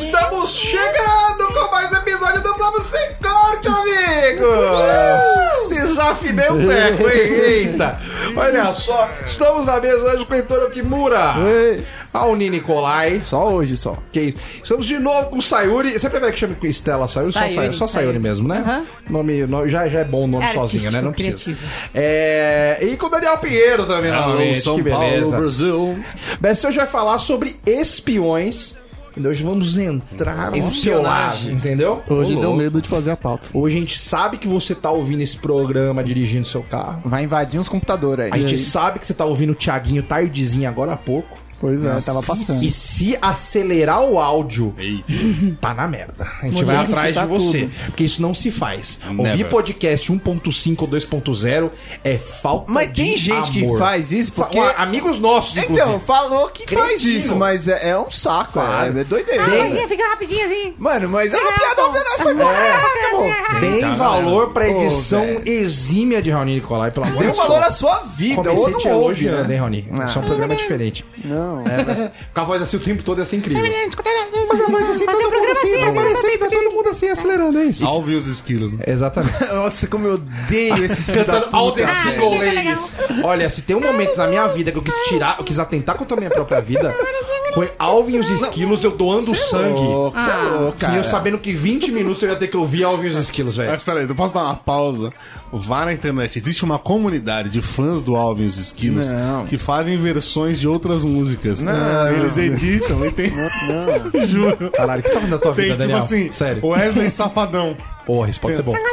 Estamos chegando com mais um episódio do Papo Sem Corte, amigo! Desafinei o teco, hein? Eita! Olha só, estamos na mesa hoje com o Heitor Okimura. Auni Nicolai. Só hoje, só. Okay. Estamos de novo com o Sayuri. Você prefere que chame com Estela Sayuri? Só Sayuri mesmo, né? Nome, já é bom o nome sozinho, né? Não precisa. E com o Daniel Pinheiro também, novamente. São que Paulo, beleza. Brasil. Bessa, hoje vai falar sobre espiões. E hoje vamos entrar no seu lado, entendeu? Hoje deu medo de fazer a pauta. Hoje a gente sabe que você tá ouvindo esse programa dirigindo seu carro. Vai invadir uns computadores aí. A gente sabe que você tá ouvindo o Thiaguinho tardezinho agora há pouco. Pois é, tava passando. E se acelerar o áudio, tá na merda. A gente vai atrás de você. Porque isso não se faz. Ouvir podcast 1.5 ou 2.0 é falta de amor. Mas tem gente que faz isso porque... Amigos nossos, inclusive. Então, falou que faz isso, mas é um saco. É doideira. Fica rapidinho assim. Mano, mas é uma piada óbvia, nós foi embora. Tem valor pra edição exímia de Raoni Nicolai, pelo amor de Deus. Tem valor à sua vida. Comecei te elogiando, hein, Raoni? Isso é um programa diferente. Não. Com a voz assim o tempo todo ia ser incrível. Fazer a voz assim, todo mundo assim, tá todo mundo assim, acelerando, é isso. Alve os esquilos. Né? Exatamente. Nossa, como eu odeio esses cantando All the Single Ladies. Olha, se tem um momento na minha vida que eu quis atentar contra a minha própria vida, foi Alvin e os Esquilos, eu doando sangue. Você é louco, cara. E eu sabendo que 20 minutos eu ia ter que ouvir Alvin e os Esquilos, velho. Mas peraí, eu posso dar uma pausa? Vá na internet. Existe uma comunidade de fãs do Alvin e os Esquilos que fazem versões de outras músicas. Eles editam e tem... Não. Juro. Caralho, que sabe da tua vida, tem, Daniel? Tipo assim, sério. Wesley Safadão. Porra, isso pode ser bom.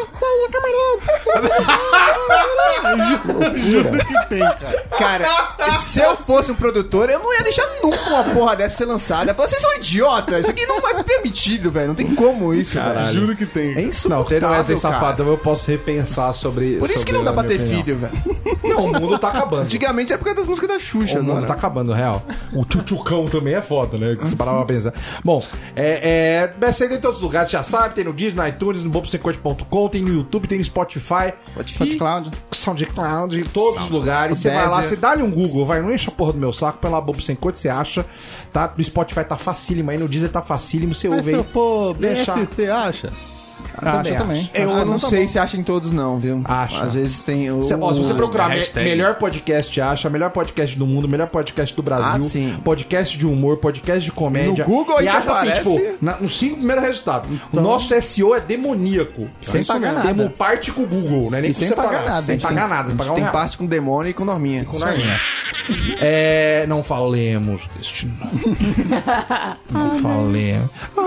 Juro que tem, cara. Cara, se eu fosse um produtor, eu não ia deixar nunca uma porra dessa ser lançada. Eu falei, vocês são idiotas, isso aqui não é permitido, velho. Não tem como isso, cara. Juro que tem. É insuportável, Não, ter Wesley cara. Safadão eu posso repensar sobre... Por isso que não dá pra ter filho, velho. Não, o mundo tá acabando. Antigamente era por causa das músicas da Xuxa, O mundo tá acabando, real. O tchutchucão também é foda, né? Que você parava pra pensar. Bom, Bessa tem em todos os lugares, já sabe. Tem no Disney, no iTunes, no bobosemcorte.com, tem no YouTube, tem no Spotify. SoundCloud, em todos os lugares. Você vai lá, você dá-lhe um Google, vai, não enche a porra do meu saco, põe lá Bobo Sem Corte, você acha, tá? No Spotify tá facílimo, aí no Deezer tá facílimo, você ouve aí. Pô, deixa. Você acha? Também também. Eu não sei se acha em todos, não, viu? Acha. Às vezes tem o... Se você procurar hashtag. melhor podcast, acha, melhor podcast do mundo, melhor podcast do Brasil, sim. podcast de humor, podcast de comédia. No Google e aí acha assim, aparece... tipo, nos 5 primeiros resultados. O nosso SEO é demoníaco. Sem pagar nada. Temos parte com o Google, né? Nem sem pagar nada. Sem pagar nada. Sem pagar um tem real. parte com demônio e com norminha. Com norminha. Não falemos deste nome. Não falemos.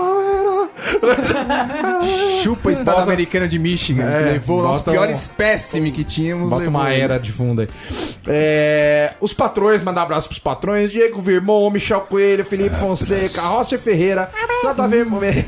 Chupa o estado americano de Michigan, que levou o nosso pior espécime que tínhamos. Bota uma era de fundo aí. Os patrões, mandar abraço pros patrões: Diego Virmão, Michel Coelho, Felipe Fonseca, Rossi Ferreira, JV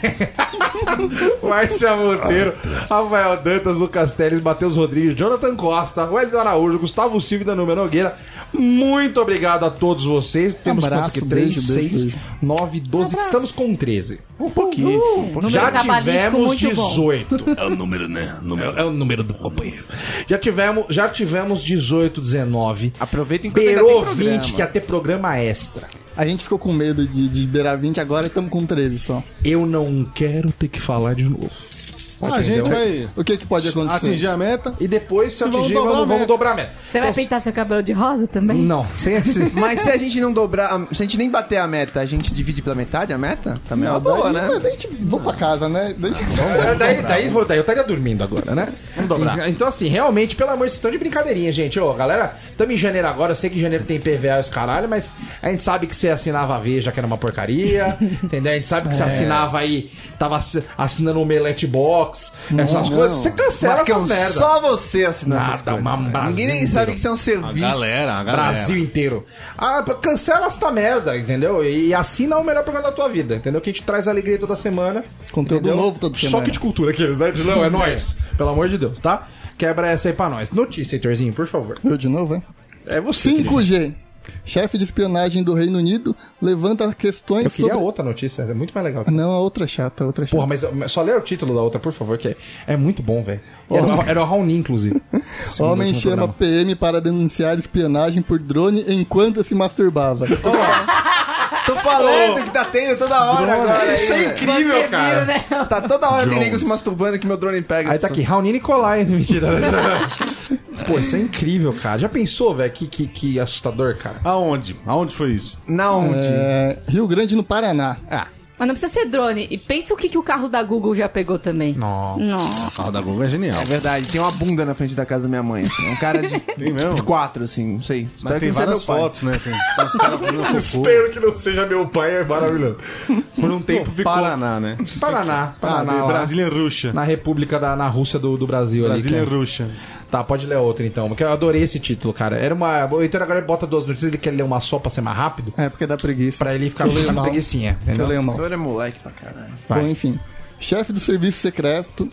Márcia Monteiro, Rafael Dantas, Lucas Teles, Matheus Rodrigues, Jonathan Costa, Wellington Araújo, Gustavo Silva e Danúmero Nogueira. Muito obrigado a todos vocês. Temos abraço, aqui? 3, beijo, 6, beijo. 9, 12. Estamos com 13. Um pouquinho. Já tivemos 18. É o número, né? É o número do companheiro. Já tivemos 18, 19. Aproveita enquanto Beirou ainda tem 20 programa. que ia ter programa extra. A gente ficou com medo de beirar 20, agora estamos com 13 só. Eu não quero ter que falar de novo. A gente vai O que pode acontecer? atingir a meta. E depois, se Vamos atingir, dobrar a vamos meta. dobrar a meta. Você vai pintar seu cabelo de rosa também? Não, sem esse. Mas se a gente não dobrar, se a gente nem bater a meta, a gente divide pela metade a meta? Também é uma boa, né? Vamos pra casa, né? Daí eu estaria dormindo agora, né? Vamos dobrar. Então, assim, realmente, pelo amor de Deus, estão de brincadeirinha, gente. Ô, galera, estamos em janeiro agora. Eu sei que janeiro tem PVA e os caralho, mas a gente sabe que você assinava a Veja, que era uma porcaria. Entendeu? A gente sabe que você assinava aí, tava assinando o Omelete Box, essas coisas. Você cancela Marcão, essas merdas. só você assinar essas Nada, coisas. Brasil Ninguém nem inteiro. sabe que isso é um serviço. A galera. Brasil inteiro. Cancela esta merda, entendeu? E assina o melhor programa da tua vida, entendeu? Que a gente traz alegria toda semana. Conteúdo entendeu? novo toda semana. Choque de cultura aqueles, né? Não, é nóis. Pelo amor de Deus, tá? Quebra essa aí pra nós. Notícia, Heitorzinho, por favor. Eu de novo, hein? É você. 5G. Chefe de espionagem do Reino Unido levanta questões Eu queria sobre... outra notícia, é muito mais legal. Não, a outra chata, Porra, mas só lê o título da outra, por favor, que é muito bom, velho. Era o Raoni, inclusive. Homem chama PM para denunciar espionagem por drone enquanto se masturbava. Tô falando que tá tendo toda hora agora. Isso é incrível, Você cara. viu, né? Tá toda hora tem Jones. nego se masturbando que meu drone pega. Aí tá aqui, Raoni Nicolai. Mentira. Pô, isso é incrível, cara. Já pensou, velho? Que assustador, cara. Aonde? Aonde foi isso? Na onde? Rio Grande, no Paraná. Mas não precisa ser drone. E pensa o que o carro da Google já pegou também. Nossa. Nossa. O carro da Google é genial. É verdade, tem uma bunda na frente da casa da minha mãe. Assim. É um cara de, mesmo? de 4, assim, não sei. Espero Mas que tem não seja várias meu pai. fotos, né? Tem os caras fazendo cocô. Espero que não seja meu pai, é maravilhoso. Por um tempo ficou... Paraná, né? Paraná, lá. Brasília Rússia. Na República na Rússia do Brasil Brasília ali. Rússia. Tá, pode ler outra então, porque eu adorei esse título, cara. Era uma... O Heitor agora bota 2 notícias, ele quer ler uma só pra ser mais rápido, É, porque dá preguiça. pra ele ficar Eu leio com mal. preguicinha, Que eu entendeu? leio mal. Então ele é moleque pra caralho. Vai. Bom, enfim. Chefe do Serviço Secreto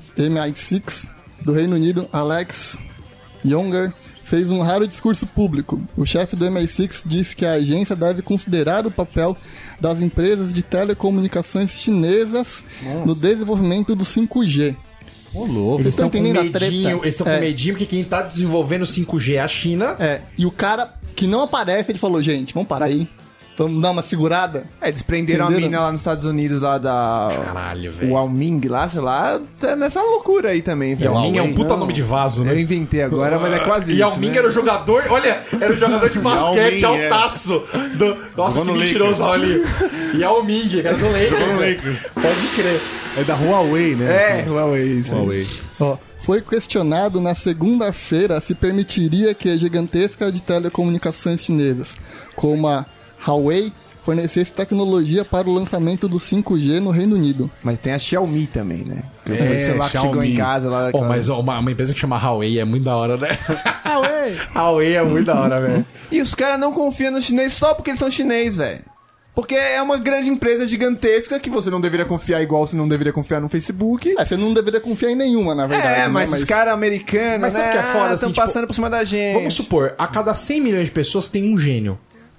MI6 do Reino Unido, Alex Younger, fez um raro discurso público. O chefe do MI6 disse que a agência deve considerar o papel das empresas de telecomunicações chinesas no desenvolvimento do 5G. Ô, louco. Eles estão com entendendo a treta? medinho, eles estão É. com medinho, porque quem tá desenvolvendo o 5G é a China. E o cara que não aparece, ele falou, gente, vamos parar aí. Vamos dar uma segurada. Eles prenderam Entenderam? a mina lá nos Estados Unidos, lá da... Caralho, O velho. Alming lá, sei lá, tá nessa loucura aí também. velho. Yao Ming é um puta Não. nome de vaso, Eu né? inventei agora, mas é quase isso, Yao Ming né? era o jogador, olha, era o jogador de basquete Yao Ming, é. altaço. Nossa, Jogou que no mentiroso ali. Yao Ming, era do Lakers. Jogou no velho. Lakers. Pode crer. É da Huawei, né? É, Huawei, isso. Huawei. Ó, foi questionado na segunda-feira se permitiria que a gigantesca de telecomunicações chinesas, como a Huawei, fornecesse tecnologia para o lançamento do 5G no Reino Unido. Mas tem a Xiaomi também, né? É, O celular que chegou Xiaomi. em casa lá. Pô, mas ó, uma empresa que chama Huawei é muito da hora, né? Huawei! Huawei é muito da hora, velho. E os caras não confiam nos chineses só porque eles são chineses, velho. Porque é uma grande empresa gigantesca que você não deveria confiar igual você não deveria confiar no Facebook. Você não deveria confiar em nenhuma, na verdade. É, né? mas os caras americanos, Mas sabe o que é foda, assim, estão tipo, passando por cima da gente. Vamos supor, a cada 100 milhões de pessoas tem um gênio.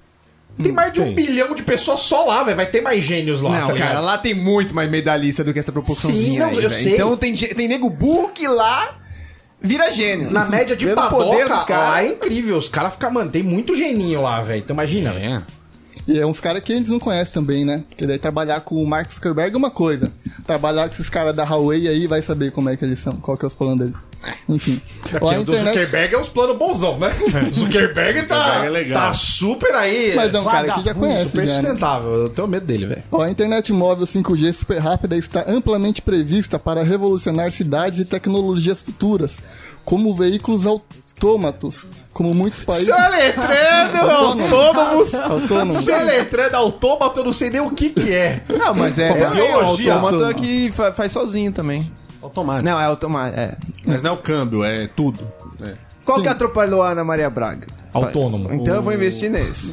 Tem mais de 1 bilhão de pessoas só lá, velho. Vai ter mais gênios lá, Não, tá ligado? cara, lá tem muito mais medalhista do que essa proporçãozinha Sim, não, aí, eu velho. sei. Então tem nego burro que lá vira gênio. Na média de Vendo o poder padoca, dos caras. lá é incrível. Os caras ficam, mano, tem muito geninho lá, velho. Então imagina, velho. E é uns caras que eles não conhecem também, né? Porque daí trabalhar com o Mark Zuckerberg é uma coisa. Trabalhar com esses caras da Huawei aí vai saber como é que eles são, qual que é os planos deles. Enfim. Ó, Porque a o do Zuckerberg é os planos bonzão, né? Zuckerberg tá, Zuckerberg é legal. tá super aí. Mas é um cara que já conhece, super já, né? sustentável. Eu tenho medo dele, velho. Ó, a internet móvel 5G super rápida está amplamente prevista para revolucionar cidades e tecnologias futuras, como veículos autômatos, como muitos países... Soletrando Autônomos. autônomos. Autônomos. Soletrando autômato, eu não sei nem o que é. Não, mas é biologia. o autômato que faz sozinho também. Automático. Não, é automático, é. Mas não é o câmbio, é tudo. É. Qual que atropelou a Ana Maria Braga? Autônomo. Então eu vou investir nesse.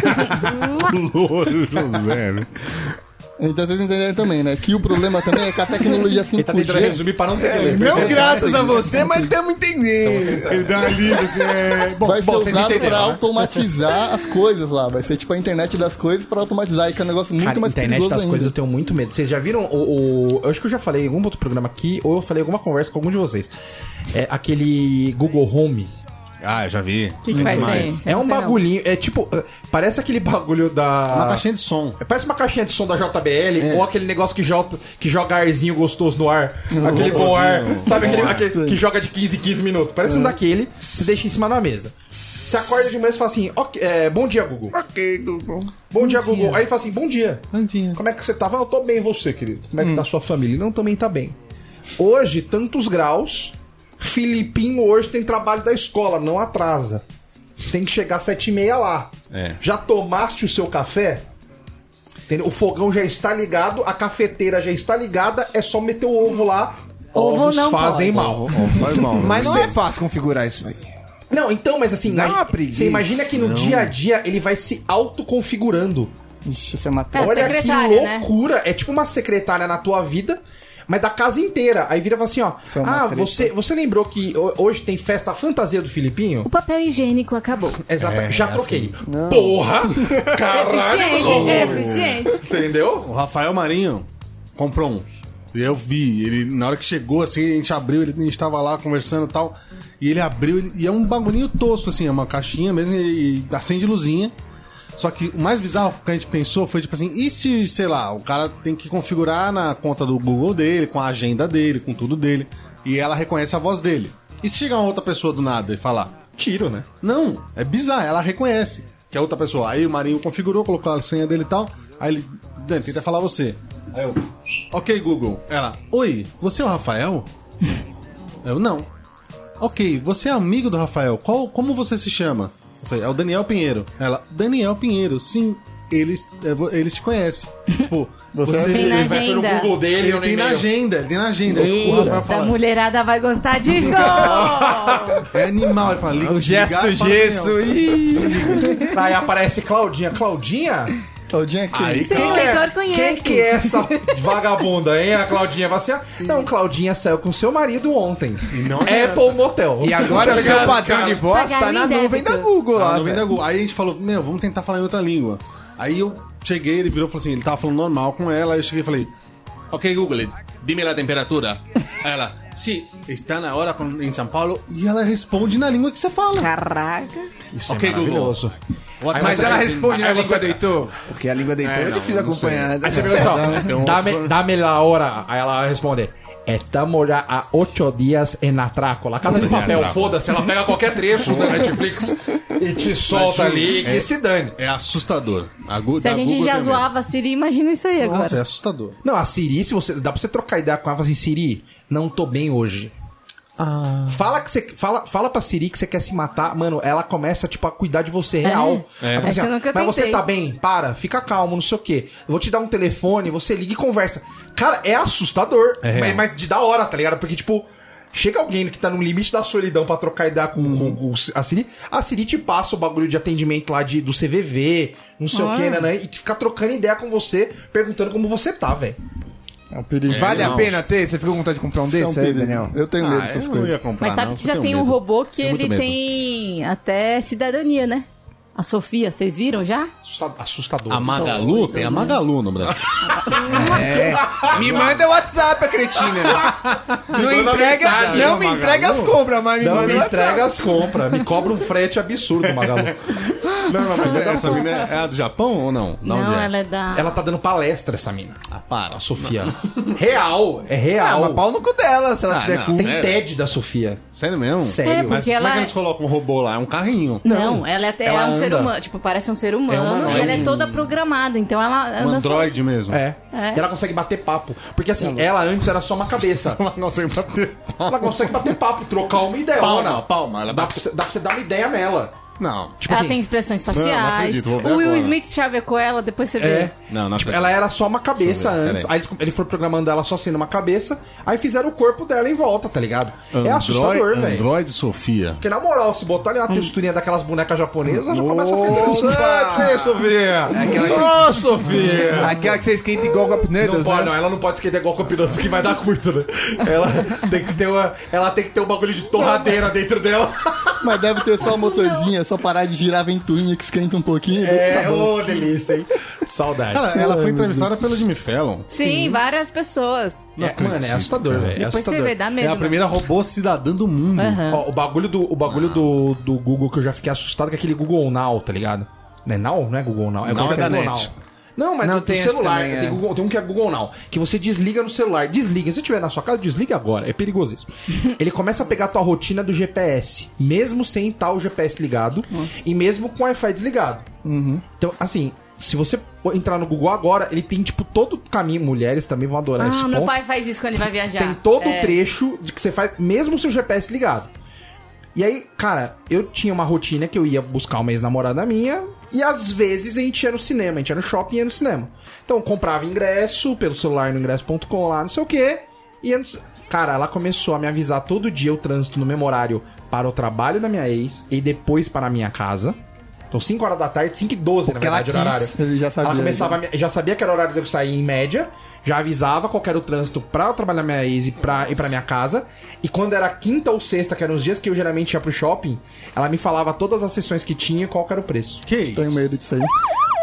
Louro José, né? Então vocês entenderam também, né? Que o problema também é que a tecnologia Ele tá tentando 5G... resumir pra não ter que ler. Não graças a você, mas estamos entendendo. Ele deu uma lida assim, Bom, vai ser vocês usado entenderam, pra né? automatizar as coisas lá. Vai ser tipo a internet das coisas pra automatizar, que é um negócio muito Cara, mais internet perigoso das ainda. coisas eu tenho muito medo. Vocês já viram eu acho que eu já falei em algum outro programa aqui, ou eu falei alguma conversa com algum de vocês. É aquele Google Home. Ah, eu já vi. O que vai ser? É um bagulhinho, é tipo, parece aquele bagulho da... Uma caixinha de som. Parece uma caixinha de som da JBL, ou aquele negócio que joga arzinho gostoso no ar. Aquele bom ar. Sabe aquele que joga de 15 em 15 minutos. Parece um daquele, você deixa em cima da mesa. Você acorda de manhã e fala assim, bom dia, Google. Ok, Google. Bom dia, Google. Aí ele fala assim, bom dia. Bom dia. Como é que você tá? Eu tô bem, e você, querido? Como é que tá a sua família? Não, também tá bem. Hoje, tantos graus. Filipinho hoje tem trabalho da escola, não atrasa. Tem que chegar às 7h30 lá. É. Já tomaste o seu café? Entendeu? O fogão já está ligado, a cafeteira já está ligada, é só meter o ovo lá. Ovo Ovos não fazem pode. mal. Faz mal. Mas não é fácil configurar isso aí. Não, então, mas assim, Dá aí, uma preguiça. você imagina que no dia a dia ele vai se autoconfigurando. Ixi, você matou. É, Olha que secretária, né? loucura. É tipo uma secretária na tua vida, mas da casa inteira. Aí vira e fala assim, ó. Isso é uma treta. Você lembrou que hoje tem festa fantasia do Filipinho? O papel higiênico acabou. Exato. Já troquei. Porra! Caralho! Eficiente. Entendeu? O Rafael Marinho comprou uns. E eu vi, ele, na hora que chegou, assim, a gente abriu, a gente tava lá conversando e tal, e ele abriu, e é um bagulhinho tosco, assim, é uma caixinha mesmo, e acende luzinha. Só que o mais bizarro que a gente pensou foi tipo assim, e se, sei lá, o cara tem que configurar na conta do Google dele, com a agenda dele, com tudo dele, e ela reconhece a voz dele. E se chegar uma outra pessoa do nada e falar... Tiro, né? Não, é bizarro, ela reconhece que é outra pessoa. Aí o Marinho configurou, colocou a senha dele e tal, aí ele, Dan, tenta falar você. Aí eu, ok, Google. Ela, oi, você é o Rafael? Eu, não. Ok, você é amigo do Rafael, como você se chama? Eu falei, é o Daniel Pinheiro. Ela, Daniel Pinheiro, sim, eles te conhecem. Tipo, você Tem na Ele vai pelo agenda. Google dele, ele tem na agenda, ele tem na agenda. Aí o Rafael A fala, mulherada vai gostar disso! é animal. Ele fala, liga, O gesto do gesso. Aí aparece Claudinha. Claudinha? Claudinha aqui. Aí, Sim, o Heitor conhece. Quem que é essa vagabunda, hein? A Claudinha vai assim, não, Claudinha saiu com seu marido ontem. não é. Apple Motel. E agora o seu padrão de voz tá Pagaram na em nuvem da débito. Google lá. Ah, não vem da velho. Google. Aí a gente falou, vamos tentar falar em outra língua. Aí eu cheguei, ele virou e falou assim, ele tava falando normal com ela, aí eu cheguei e falei, ok, Google, dime a temperatura. Aí ela, sim, está na hora em São Paulo. E ela responde na língua que você fala. Caraca. Isso Ok, é maravilhoso. What Mas ela responde na Aí língua você- do Heitor? Porque a língua do Heitor é não, difícil não sei. acompanhar. Aí você vê só, dame la hora. Aí ela responde, estamos já há 8 dias em atraco. La Casa de Papel, Atraco. foda-se, ela pega qualquer trecho da Netflix e te solta Mas, ali Ju, que se dane. É assustador. Se a gente já zoava a Siri, imagina isso aí agora. Nossa, é assustador. Não, a Siri, se você, dá pra você trocar ideia com ela e falar assim, Siri, não tô bem hoje. Fala que você fala pra Siri que você quer se matar, mano, ela começa tipo a cuidar de você real. Ela fala assim, Essa eu nunca mas você tentei. tá bem? Para, fica calmo, não sei o quê. Eu vou te dar um telefone, você liga e conversa. Cara, é assustador, mas de da hora, tá ligado? Porque tipo, chega alguém que tá no limite da solidão pra trocar ideia com a Siri te passa o bagulho de atendimento lá do CVV, não sei o quê, né, e fica trocando ideia com você, perguntando como você tá, velho. É um perigo. Vale a não. pena ter? Você ficou com vontade de comprar um Isso é um desse aí, perigo. Daniel? Eu tenho medo Ah, dessas eu não ia coisas. comprar, Mas sabe não, que eu já tenho tem um medo. robô que Tenho muito ele medo. tem até cidadania, né? A Sofia, vocês viram já? Assustador. A Magalu, tem a Magalu no Brasil. Me manda o WhatsApp, a cretina. Não manda entrega, mensagem, não no me Magalu. entrega as compras, mas me Não manda me o WhatsApp. entrega as compras, me cobra um frete absurdo, Magalu. Não, mas essa mina é a do Japão ou não? Não, onde é? ela é da... Ela tá dando palestra, essa mina. Ah, para. A Sofia. Real, é real. Ah, mas pau no cu dela, se ela Ah, tiver não. cu. Tem Sério? TED da Sofia. Sério mesmo? Sério. É, porque Mas como é ela que é- eles colocam um robô lá? É um carrinho. Não, ela é até ela um ser anda. humano, tipo, parece um ser humano humanoide. e ela é toda programada, então ela Um anda Android mesmo. É. E ela consegue bater papo. Porque assim, ela antes era só uma cabeça. Ela não consegue bater Ela consegue bater papo, trocar uma ideia. palma. Ela Dá bate... pra você dar uma ideia nela. Não. Tipo ela assim, tem expressões não faciais. acredito, vou ver O Will agora. Smith chavecou ela, depois você vê. É. Não, Tipo, acredito. ela era só uma cabeça Deixa eu ver, antes. peraí. Aí ele foi programando ela só sendo uma cabeça. Aí fizeram o corpo dela em volta, tá ligado? É assustador, velho. Android Sofia. Porque na moral, se botar ali uma texturinha daquelas bonecas japonesas, já começa a ficar interessante, hein, Sofia? Ô, Sofia! Aquela que você esquenta igual Cup Não Noodles, pode, né? não, ela não pode esquentar igual o Campinas, que vai dar curto, né? Ela tem que ter um bagulho de torradeira dentro dela. Mas deve ter só o motorzinho, é só parar de girar a ventoinha que esquenta um pouquinho. e daí fica bom. Ô, delícia, hein? Saudade. Cara, ela foi entrevistada pelo Jimmy Fallon. Sim, várias pessoas. Mano, é assustador, velho. É Depois você assustador. vê, dá medo. É a primeira robô cidadã do mundo. Aham. Ó, o bagulho do Google que eu já fiquei assustado, que é aquele Google Now, tá ligado? Não é Now? Não é Google Now. Now Google é da Google net. Now. Não, mas Não, do tem esse celular. também, Tem, é. tem um que é Google Now. Que você desliga no celular. Desliga. Se você estiver na sua casa, desliga agora. É perigosíssimo. Ele começa a pegar a tua rotina do GPS. Mesmo sem estar o GPS ligado. E mesmo com o Wi-Fi desligado. Então, assim... Se você entrar no Google agora, ele tem, tipo, todo o caminho. Mulheres também vão adorar esse Ah, ponto. meu pai faz isso quando ele vai viajar. Tem todo É. o trecho de que você faz, mesmo o seu GPS ligado. E aí, cara, eu tinha uma rotina que eu ia buscar uma ex-namorada minha e às vezes a gente ia no cinema, a gente ia no shopping e ia no cinema. Então eu comprava ingresso pelo celular no ingresso.com lá, não sei o quê. E eu não sei- cara, ela começou a me avisar todo dia o trânsito no mesmo horário para o trabalho da minha ex e depois para a minha casa. Então 5 horas da tarde, 5h12 na Porque ela verdade, era o horário. quis. Ele já sabia. Ela começava, já sabia que era o horário de eu sair em média, já avisava qual que era o trânsito pra eu trabalhar na minha ex e pra minha casa. E quando era quinta ou sexta, que eram os dias que eu geralmente ia pro shopping, ela me falava todas as sessões que tinha e qual que era o preço. Que isso? Tenho medo disso aí.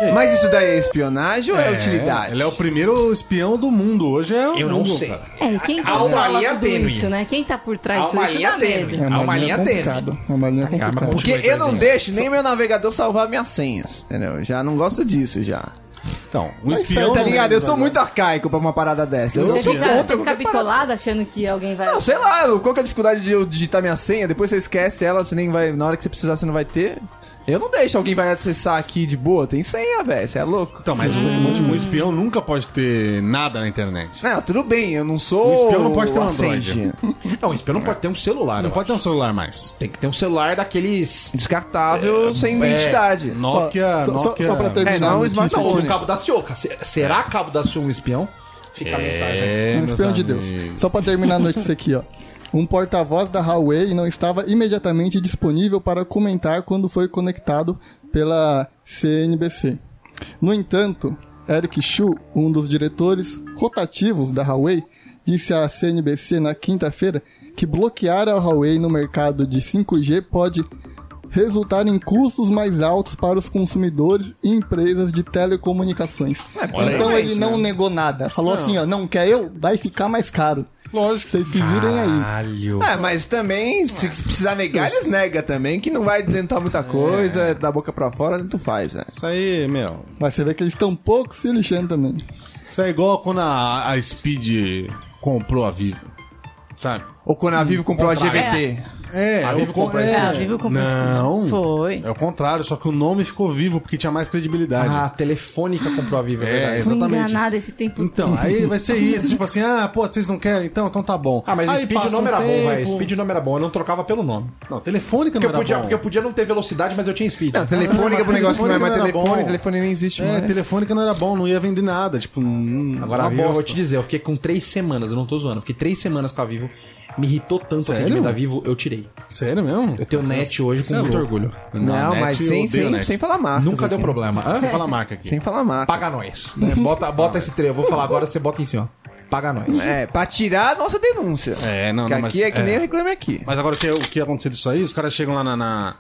Mas isso daí é espionagem ou é utilidade? Ele é o primeiro espião do mundo. Hoje é o Eu não Google, sei. cara. É, e quem Há uma controla linha tudo tênue. isso, né? Quem tá por trás Há disso uma isso linha dá tênue. medo. Há uma linha tênue. complicado. É uma linha complicada. mas- Porque eu não deixo nem meu navegador salvar minhas senhas, entendeu? Eu já não gosto disso, já. Então, um espião... Tá ligado? Eu sou muito arcaico pra uma parada dessa. Eu Você sou fica, contra você fica qualquer parada. bitolado achando que alguém vai... Não, sei lá, qual que é a dificuldade de eu digitar minha senha, depois você esquece ela, você nem vai... Na hora que você precisar, você não vai ter. Eu não deixo alguém vai acessar aqui de boa, tem senha, velho, você é louco. Então, mas um espião nunca pode ter nada na internet. Não, tudo bem, eu não sou... Um espião não pode ter um Ascend. Não, o espião não pode ter um celular. Não eu pode ter acho. um celular mais. Tem que ter um celular daqueles... Descartável, sem identidade. Nokia... Só pra terminar. É, não, a o notícia smartphone. aqui. O cabo da Cioca. Será cabo da Cioca um espião? Fica a mensagem aí. Um meus espião de Deus. amigos. Só pra terminar a notícia aqui, ó. Um porta-voz da Huawei não estava imediatamente disponível para comentar quando foi conectado pela CNBC. No entanto, Eric Xu, um dos diretores rotativos da Huawei, disse à CNBC na quinta-feira que bloquear a Huawei no mercado de 5G pode resultar em custos mais altos para os consumidores e empresas de telecomunicações. Então ele não negou nada. Falou assim, ó, não quer eu? Vai ficar mais caro. Lógico. Vocês se virem aí. Caralho. É, mas também, se precisar negar, eles negam também, que não vai adiantar muita coisa, da boca pra fora, tanto faz, velho. Isso aí, meu... Mas você vê que eles estão pouco se lixando também. Isso é igual quando a Speed comprou a Vivo. Sabe? Ou quando a Vivo comprou a Contrário. GVT. É, A Vivo comprou É, a Vivo comprou Não. Foi. É o contrário, só que o nome ficou vivo porque tinha mais credibilidade. Ah, a Telefônica comprou a Vivo, é É, verdade. Fui exatamente. enganada esse tempo Então, aí vai ser isso, tipo assim, pô, vocês não querem? Então tá bom. Ah, mas aí o Speed passa nome um era bom, tempo. velho. Speed nome era bom, eu não trocava pelo nome. Não, Telefônica Porque não eu, era podia, bom. porque eu podia não ter velocidade, mas eu tinha Speed. Não, telefônica é um negócio que não é mais Telefônica não era telefone, bom. telefone nem existe mais. Telefônica não era bom, não ia vender nada, tipo, Agora a uma Vivo, eu vou bosta. te dizer, eu fiquei com 3 semanas, eu não tô zoando, eu fiquei 3 semanas com a Vivo, me irritou tanto Sério? o atendimento da Vivo, eu tirei. Sério mesmo? Eu tenho net hoje com é muito louco. orgulho. Não, net, mas eu sem, odeio sem, net. sem falar marca. Nunca deu problema. Hã? Você fala a marca aqui. Sem falar marca. Paga nós. Né? Bota esse trecho, eu vou falar agora, você bota em cima. Paga nós. É, pra tirar a nossa denúncia. É, não, Que não, mas... aqui é que nem eu reclame aqui. Mas agora o que aconteceu disso aí? Os caras chegam lá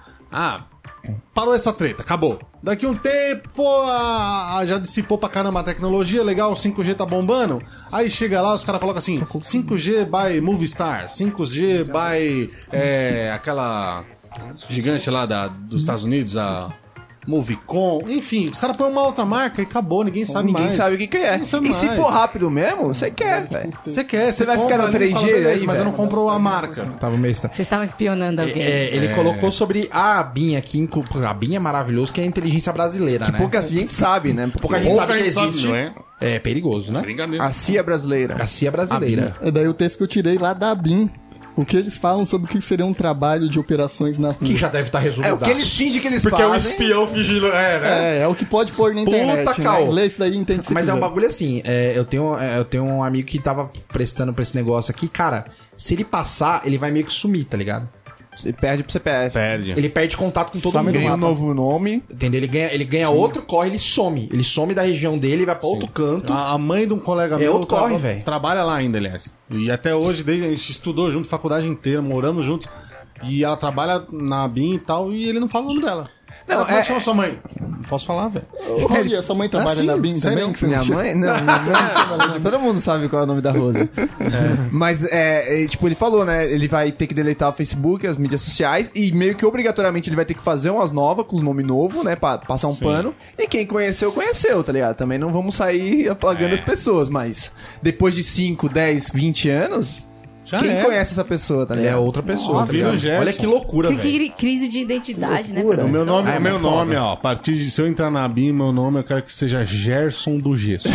parou essa treta, acabou. Daqui um tempo, já dissipou pra caramba a tecnologia, legal, o 5G tá bombando. Aí chega lá, os caras colocam assim, 5G by Movistar, 5G by aquela gigante lá dos Estados Unidos, a Movicon, enfim, os caras põem uma outra marca e acabou, ninguém sabe Ninguém mais. sabe o que é. Ninguém sabe E se mais. for rápido mesmo, você quer, velho. Você quer, Você vai compra ficar no ali e 3G beleza, aí, mas eu velho? não comprou a marca. Tava meio estranho. Vocês estavam espionando alguém. Ele colocou sobre a ABIN aqui, a ABIN é maravilhoso, que é a inteligência brasileira, né? Pouca gente sabe, né? Pouca gente sabe que existe. não é? É perigoso, né? Brincadeira. A CIA brasileira. A CIA brasileira. É daí o texto que eu tirei lá da ABIN. O que eles falam sobre o que seria um trabalho de operações na rua. Que já deve estar resolvido. É o que eles fingem que eles Porque é o fazem. espião fingindo. né? É o que pode pôr na internet. Puta, né? Cal. Lê isso daí e entende se Mas é um quiser. bagulho assim, eu tenho um amigo que tava prestando pra esse negócio aqui, cara, se ele passar, ele vai meio que sumir, tá ligado? Você perde pro CPF. Perde. Ele perde contato com todo Some mundo. do Ganha um mapa. novo nome. Entendeu? Ele ganha outro, corre, ele some. Ele some da região dele, vai pra outro canto. A mãe de um colega meu outro corre, velho. trabalha lá ainda, aliás. E até hoje, desde a gente estudou junto, faculdade inteira, moramos juntos. E ela trabalha na BIM e tal, e ele não fala o nome dela. Não, Como é que chama sua mãe? Não posso falar, velho. Ô, Raul, a sua mãe trabalha sim, na BIM sério? também? Que você Minha não chama? mãe? Não, minha mãe todo mundo sabe qual é o nome da Rosa. Mas, tipo, ele falou, né? Ele vai ter que deletar o Facebook, as mídias sociais, e meio que obrigatoriamente ele vai ter que fazer umas novas, com os nomes novos, né? Pra passar um pano. E quem conheceu, conheceu, tá ligado? Também não vamos sair apagando as pessoas, mas depois de 5, 10, 20 anos... Já Quem é. conhece essa pessoa, tá ligado? É outra pessoa. Nossa. tá ligado? Vira o Gerson. Olha que loucura, Que velho. crise de identidade, né, O meu professor? nome, É, o meu muito nome, foda. ó. A partir de se eu entrar na BIM, meu nome eu quero que seja Gerson do Gesso.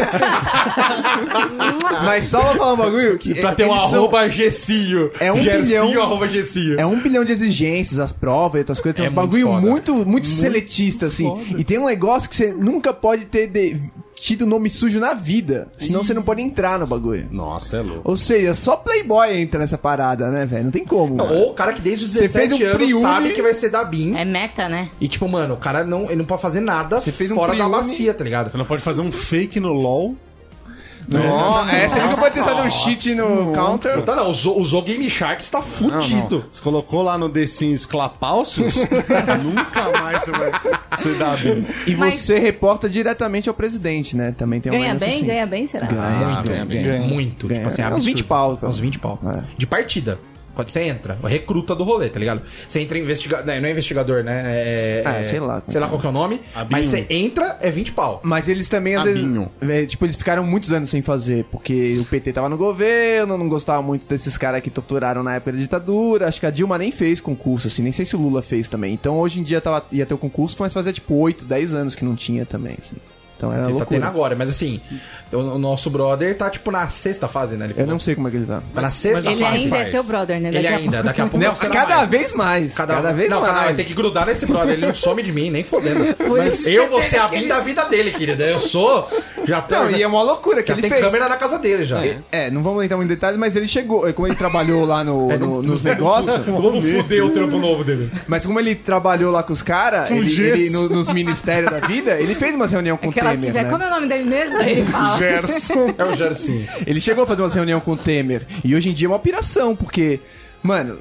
Mas só pra falar um bagulho... Que Pra ter um eles são- arroba Gessinho. É 1 Gersinho, bilhão. arroba Gessinho. É 1 bilhão de exigências, as provas e outras coisas. Tem É uns bagulho muito foda. muito seletista, assim. E tem um negócio que você nunca pode ter tido nome sujo na vida. Senão você não pode entrar no bagulho. Nossa, é louco. Ou seja, só Playboy entra nessa parada, né, velho? Não tem como. Ou o cara que desde os Você fez 17 um anos Priune- sabe que vai ser da BIM. É meta, né? E tipo, mano, o cara ele não pode fazer nada Você fez um fora da Priune- bacia, tá ligado? Você não pode fazer um fake no LOL. Você nunca pode ter usado um cheat no counter. Tá, não, usou Game Shark, tá fudido. Você colocou lá no The Sims Clapalcios, nunca mais você vai ser da bem. E você reporta diretamente ao presidente, né? Também tem Ganha uma bem? assim. Ganha bem, será? Ganha. Muito. Ganha. Tipo assim, Uns absurdo. 20 pau. Uns 20 pau. É. De partida. Quando você entra, o recruta do rolê, tá ligado? Você entra investigador. Não é investigador, né? Sei lá. Sei lá qual que é o nome. Abinho. Mas você entra, é 20 pau. Mas eles também, às Abinho. vezes. Tipo, eles ficaram muitos anos sem fazer, porque o PT tava no governo, não gostava muito desses caras que torturaram na época da ditadura. Acho que a Dilma nem fez concurso, assim, nem sei se o Lula fez também. Então hoje em dia ia ter o concurso, mas fazia tipo 8, 10 anos que não tinha também, assim. Então era Ele tá loucura. tendo agora, mas assim, o nosso brother tá tipo na 6ª fase, né? Ele Eu falou. não sei como é que ele tá. Tá na 6ª fase. Ele ainda é faz. seu brother, né? Ele Daqui a ainda, pouco. daqui a pouco Não, será cada mais. vez mais. Cada vez não, mais. vai ter que grudar nesse brother, ele não some de mim, nem fodendo. Mas eu vou ser a Bin da vida dele, querida. Eu sou. Já tô. Não, e é uma loucura que já ele tem fez. câmera na casa dele já. Não vamos entrar muito em detalhes, mas ele chegou. Como ele trabalhou lá nos negócios. Vamos foder o trampo novo dele. Mas como ele trabalhou lá com os caras, ele nos ministérios da vida, ele fez uma reunião com o Aquelas que Temer, vai, né? como é o nome dele mesmo? Daí ele fala. Gerson. É o Gersinho. Ele chegou a fazer uma reunião com o Temer. E hoje em dia é uma piração, porque, mano.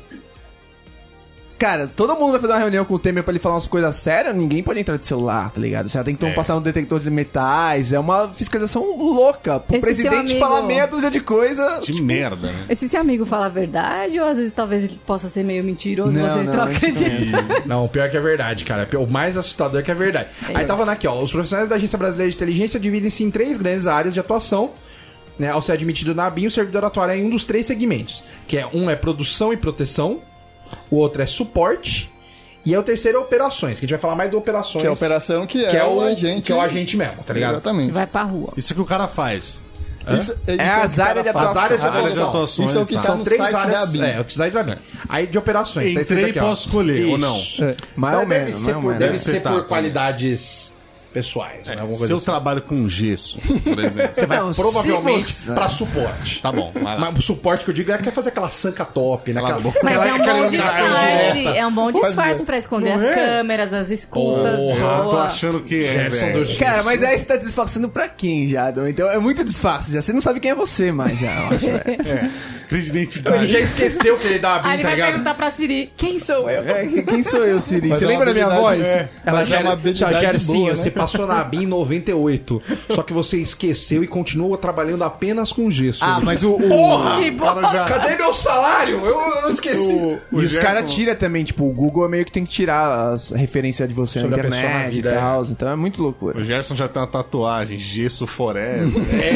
Cara, todo mundo vai fazer uma reunião com o Temer pra ele falar umas coisas sérias, ninguém pode entrar de celular, tá ligado? Você tem que passar um detector de metais, é uma fiscalização louca. Pro Esse presidente seu amigo- falar meia dúzia de coisa. De merda, né? Esse seu amigo fala a verdade ou às vezes talvez ele possa ser meio mentiroso e Não, vocês não, estão isso acreditando? Não, o pior que é verdade, cara. O mais assustador que é verdade. Aí tava aqui, ó. Os profissionais da Agência Brasileira de Inteligência dividem-se em 3 grandes áreas de atuação. Né, ao ser admitido na ABIN, o servidor atuará em um dos 3 segmentos. Que é um é produção e proteção, o outro é suporte, e o terceiro é operações, que a gente vai falar mais do operações. Que é a operação que é o agente. Que é o agente mesmo, tá ligado? Exatamente. Vai pra rua. Isso que o cara faz. Isso as que o cara áreas de faz. atuação. As áreas de Áreas de atuação. atuações. Isso é o que tá. tá São no 3 site da áreas. ABIN. É, o site da ABIN. Aí de operações. tá escrito Entrei e aqui, ó. posso escolher, ou não? Isso. Mais ou Então deve menos, ser mais ou por, menos. deve Deve ser ser por tá, qualidades pessoais, né? Alguma Se coisa eu assim. trabalho com gesso, por exemplo. Você vai Não, provavelmente se você- pra suporte. Tá bom, vai lá. Mas o suporte que eu digo é quer fazer aquela sanca top, né? Cala a boca. Mas é um bom iluminação disfarce. direta. É um bom disfarce pra esconder as câmeras, as escutas. Porra, tô boa. achando que é, Gerson velho. do Cara, mas aí você tá disfarçando pra quem já, Dom? Então é muito disfarce já. Você não sabe quem é você mais já, eu acho. Crise de Ele identidade. já esqueceu que ele dá a Aí BIM, ele tá vai ligado? perguntar pra Siri, quem sou eu? Quem sou eu, Siri? Mas Você é lembra uma da minha habilidade- voz? é. Ela Mas já é uma habilidade Gersinho, boa, né? você passou na BIM em 98, só que você esqueceu e continua trabalhando apenas com gesso. Ah, mas o... Porra! Que bom. Cadê meu salário? Eu esqueci. E os Gerson- caras tiram também, tipo, o Google meio que tem que tirar as referências de você Sobre na a pessoa na internet vida, e tal. Então é muito loucura. O Gerson já tem uma tatuagem, gesso forever.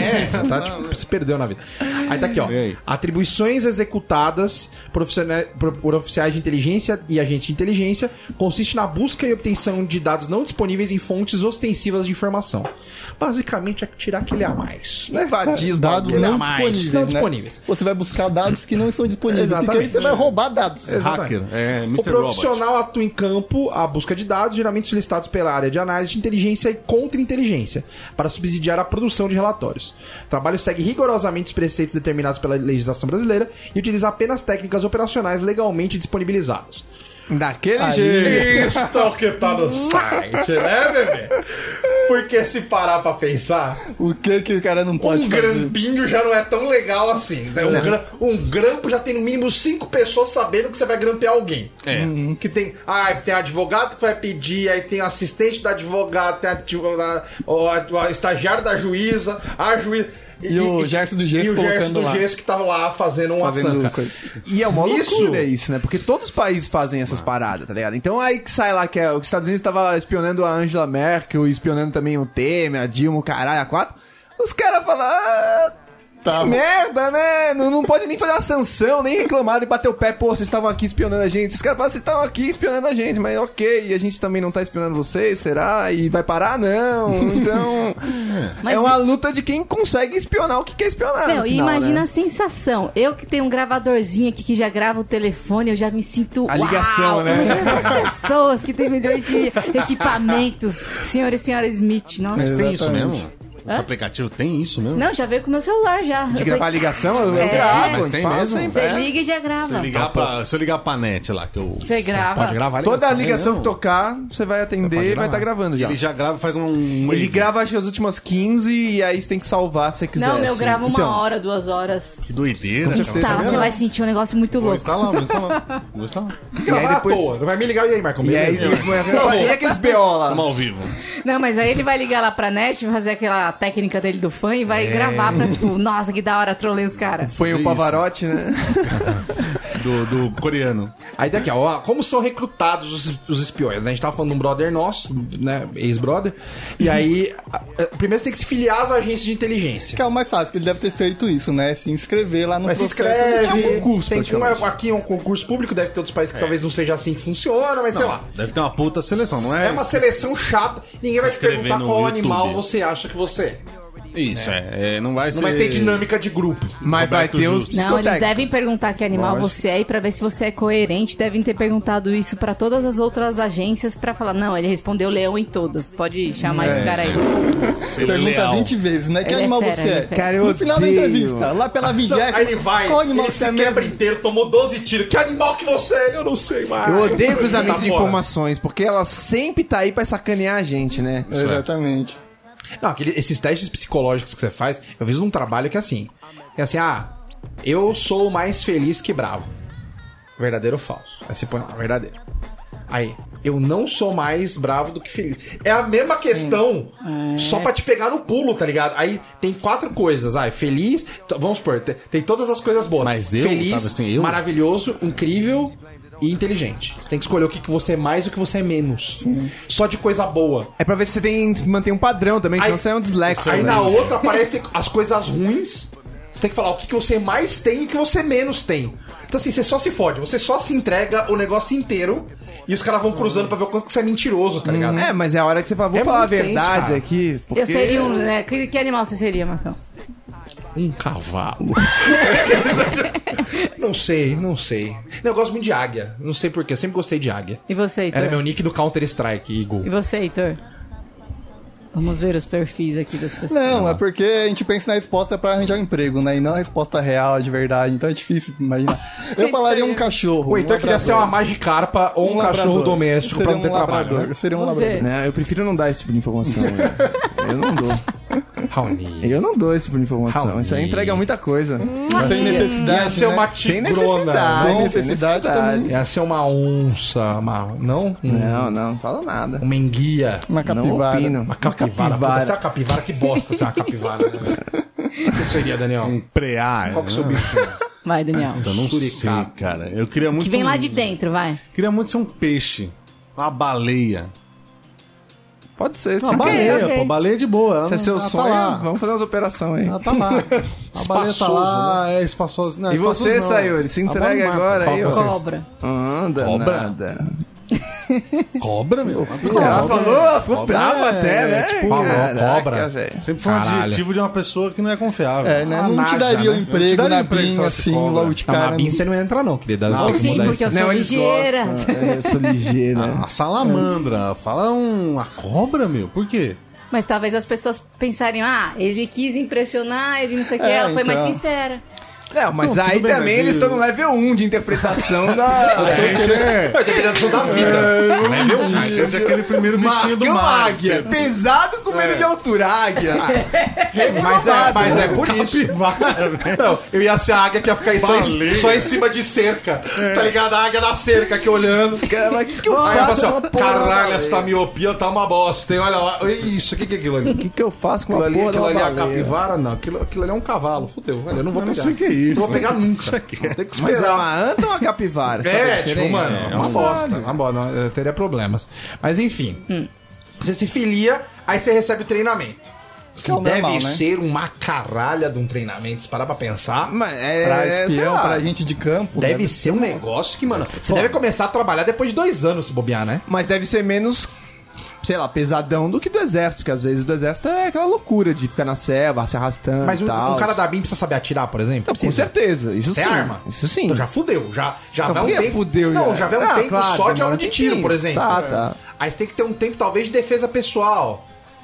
Tá, tipo, se perdeu na vida. Aí tá aqui, ó. E aí? Atribuições executadas por oficiais de inteligência e agentes de inteligência consiste na busca e obtenção de dados não disponíveis em fontes ostensivas de informação. Basicamente é tirar aquele a mais. Né? Invadir os Dados bagulho. não mais, disponíveis, não né? disponíveis. Você vai buscar dados que não estão disponíveis. Porque aí Exatamente. você vai roubar dados. Hacker, é O Mr. profissional Robot. atua em campo à busca de dados, geralmente solicitados pela área de análise de inteligência e contra-inteligência, para subsidiar a produção de relatórios. O trabalho segue rigorosamente os preceitos determinados pela legislação brasileira e utiliza apenas técnicas operacionais legalmente disponibilizadas. Daquele Aí- jeito. Isso que tá no site, né, bebê? Porque se parar pra pensar, O que o cara não pode um fazer? grampinho já não é tão legal assim. Né? Um grampo já tem no mínimo 5 pessoas sabendo que você vai grampear alguém. É. Que tem. Tem advogado que vai pedir, aí tem o assistente do advogado, tem o estagiário da juíza, a juíza. E o Gerson do Gesso e o Gerson colocando do lá. Gesso que tava lá fazendo uma Fazendo sanca. coisa. E é uma Nisso- loucura isso, né? Porque todos os países fazem essas paradas, tá ligado? Então aí que sai lá que os Estados Unidos tava espionando a Angela Merkel, espionando também o Temer, a Dilma, o caralho, a 4. Os caras falam... Tá. Que merda, né? Não pode nem fazer uma sanção, nem reclamar e bater o pé. Pô, vocês estavam aqui espionando a gente. Os caras falam, vocês estavam aqui espionando a gente, mas ok, e a gente também não tá espionando vocês, será? E vai parar? Não. Então, Mas- é uma luta de quem consegue espionar o que quer espionar. Meu, no e final, imagina né? a sensação. Eu que tenho um gravadorzinho aqui que já grava o telefone, eu já me sinto. A ligação, uau! né? Imagina essas pessoas que têm milhões de equipamentos. Senhor e senhora Smith, nossa. Mas tem isso Exatamente. mesmo? Esse aplicativo tem isso mesmo? Não, já veio com o meu celular já. De gravar a ligação, eu gravo, mas tem mesmo? Você liga e já grava. Se eu ligar pra net lá, que eu... Você grava. Pode gravar a Toda a ligação. ligação não. que tocar, você vai atender e vai estar gravando já. Ele já grava e faz um... Ele grava acho, as últimas 15 e aí você tem que salvar se você quiser. Não, meu assim. grava uma Então, hora, 2 horas. Que doideira. Tá, você vai sentir um negócio muito Vou louco. instalar, vou instalar. Vou instalar. E aí depois... Não vai me ligar e aí, Marcão? E aí, Beleza? e aqueles BO lá? Vamos ao vivo. Não, mas aí ele vai ligar lá pra net, vai fazer aquela técnica dele do fã e vai gravar pra, tipo, nossa, que da hora, trolei os caras. Foi o Isso. Pavarotti, né? Do coreano. Aí daqui, ó, como são recrutados os espiões, né? A gente tava falando de um brother nosso, né? Ex-brother. E aí, primeiro você tem que se filiar às agências de inteligência. Que é o mais fácil, que ele deve ter feito isso, né? Se inscrever lá no Mas se processo. inscreve, É um concurso, tem praticamente. aqui é um concurso público, deve ter outros países que talvez não seja assim que funciona, mas sei lá. Deve ter uma puta seleção, não é? É uma seleção chata, ninguém vai te inscrever perguntar no qual YouTube. animal você acha que você é. Isso, não vai ser... Não vai ter dinâmica de grupo. Mas vai Roberto ter os Justo. Não, eles psicotécnicos. devem perguntar que animal Lógico. você é e pra ver se você é coerente. Devem ter perguntado isso pra todas as outras agências pra falar, não, ele respondeu leão em todas. Pode chamar esse cara aí. Seria Pergunta leal. 20 vezes, né? Que Ele é animal fera, você ele é é? fera. Cara, eu No final da odeio. entrevista, lá pela 20ª. Aí ele vai, Qual animal ele você se é quebra mesmo? inteiro, tomou 12 tiros. Que animal que você é? Eu não sei mais. Eu odeio cruzamento Tá de fora. informações, porque ela sempre tá aí pra sacanear a gente, né? Exatamente. Não, esses testes psicológicos que você faz, eu fiz um trabalho que é assim, eu sou mais feliz que bravo. Verdadeiro ou falso? Aí você põe verdadeiro. Aí, eu não sou mais bravo do que feliz. É a mesma questão, só pra te pegar no pulo, tá ligado? Aí tem 4 coisas. Feliz, vamos supor, tem todas as coisas boas. Mas eu feliz, tava assim, eu? maravilhoso, incrível e inteligente. Você tem que escolher o que você é mais e o que você é menos. Só de coisa boa. É pra ver se você mantém um padrão também, senão Aí- você é um dislexo. Aí né? na outra aparecem as coisas ruins. Você tem que falar o que você mais tem e o que você menos tem. Então assim, você só se fode, você só se entrega o negócio inteiro e os caras vão cruzando pra ver o quanto que você é mentiroso, tá ligado? É, mas é a hora que você fala, vou É falar a muito tenso, verdade cara. aqui. Porque... Eu seria um, né? Que animal você seria, Marcão? Um cavalo. Não sei. Eu gosto muito de águia. Não sei porquê, eu sempre gostei de águia. E você, Heitor? Era meu nick do Counter-Strike, Eagle. E você, Heitor? Vamos ver os perfis aqui das pessoas. Não, é porque a gente pensa na resposta pra arranjar um emprego, né? E não a resposta real, de verdade. Então é difícil imaginar. Eu falaria um cachorro. O Heitor queria ser uma magicarpa ou um cachorro labrador. doméstico pra Seria não ter trabalho. labrador. Né? Seria um Você. labrador. Né, eu prefiro não dar esse tipo de informação. né? Eu não dou. Raoni. Eu não dou esse tipo de informação. Raoni. Isso aí entrega muita coisa. Sem necessidade. Ia ser né? uma Sem tigrona. necessidade. Sem Sem necessidade também. Ia ser uma onça. Não? Não fala nada. Uma enguia. Uma Não capivara. opino. Uma capivara. Puta, se é uma capivara, que bosta ser uma capivara. Né? O que você seria, Daniel? Um preá. Qual que é o seu bicho? Vai, Daniel. Eu não sei, cara. Eu queria muito Que vem ser lá um- de dentro, vai. Queria muito ser um peixe. Uma baleia. Pode ser. Uma se baleia, ok. pô. Baleia de boa. Ela Se é não- seu ela sonho, Tá lá. vamos fazer umas operações aí. Ela tá lá. A baleia tá lá, é espaçosa. Não, E você, espaçoso não. Sayuri, se A entrega baleia não é, agora pô. aí, ó. Cobra. Anda, Cobra? nada. Cobra, meu. Ela falou, ela ficou Cobra brava é, até, né? tipo, Caraca, cobra. velho. Sempre foi um Caralho. adjetivo de uma pessoa que não é confiável. É, né? Não te Naja, daria o né? Não te emprego daria na emprego se BIM ela se assim, cobra. logo de Não, cara. na BIM você não entra não, querida. Não, Tem que Sim, mudar porque eu isso. sou Não, eles ligeira. gostam. Eu sou ligeira. A salamandra. Fala uma cobra, meu. Por quê? Mas talvez as pessoas pensarem, ele quis imprionar, ele não sei o que, É, ela foi mais então. sincera. Não, mas Não, aí tudo bem, também mas eles eu- estão no level 1 de interpretação da... A gente é... É a interpretação da vida. A gente é aquele primeiro bichinho do Marcão mar. águia, pesado com medo de altura, águia. Mas é por isso. Não, eu ia ser a águia que ia ficar aí Baleia. só em cima de cerca. Tá ligado? A águia da cerca aqui olhando. Cara, mas o que eu Aí ela faço fala com assim, a ó, porra da caralho, baleia? essa miopia tá uma bosta, hein? Olha lá. Isso, o que é aquilo ali? O que eu faço com Aquilo a ali, porra da aquilo ali é a baleia? capivara? Não, aquilo ali é um cavalo. Fudeu, velho. Eu não vou pegar. sei o que é isso. Não vou pegar nunca. Tem que Mas é esperar. uma anta ou uma capivara? Sabe a É, tipo, diferença? mano, é uma bosta. Uma bosta. Não, eu teria problemas. Mas enfim. Você se filia, aí você recebe o treinamento. Que é o deve normal, né? ser uma caralha de um treinamento, se parar pra pensar. Mas Pra sei espião, lá. pra gente de campo. Deve ser um negócio que, mano, você deve começar a trabalhar depois de 2 anos, se bobear, né? Mas deve ser menos, sei lá, pesadão do que do exército, que às vezes do exército é aquela loucura de ficar na selva, se arrastando Mas e tal. um cara da BIM precisa saber atirar, por exemplo? Com Precisa. certeza, isso Tem sim. arma? Isso sim. Então já fudeu, já Não, vai um por que tempo... fudeu Não, já? já vai um Ah, tempo claro, só de demora aula de um tiro, tempinho. por exemplo. Tá. Aí você tem que ter um tempo, talvez, de defesa pessoal.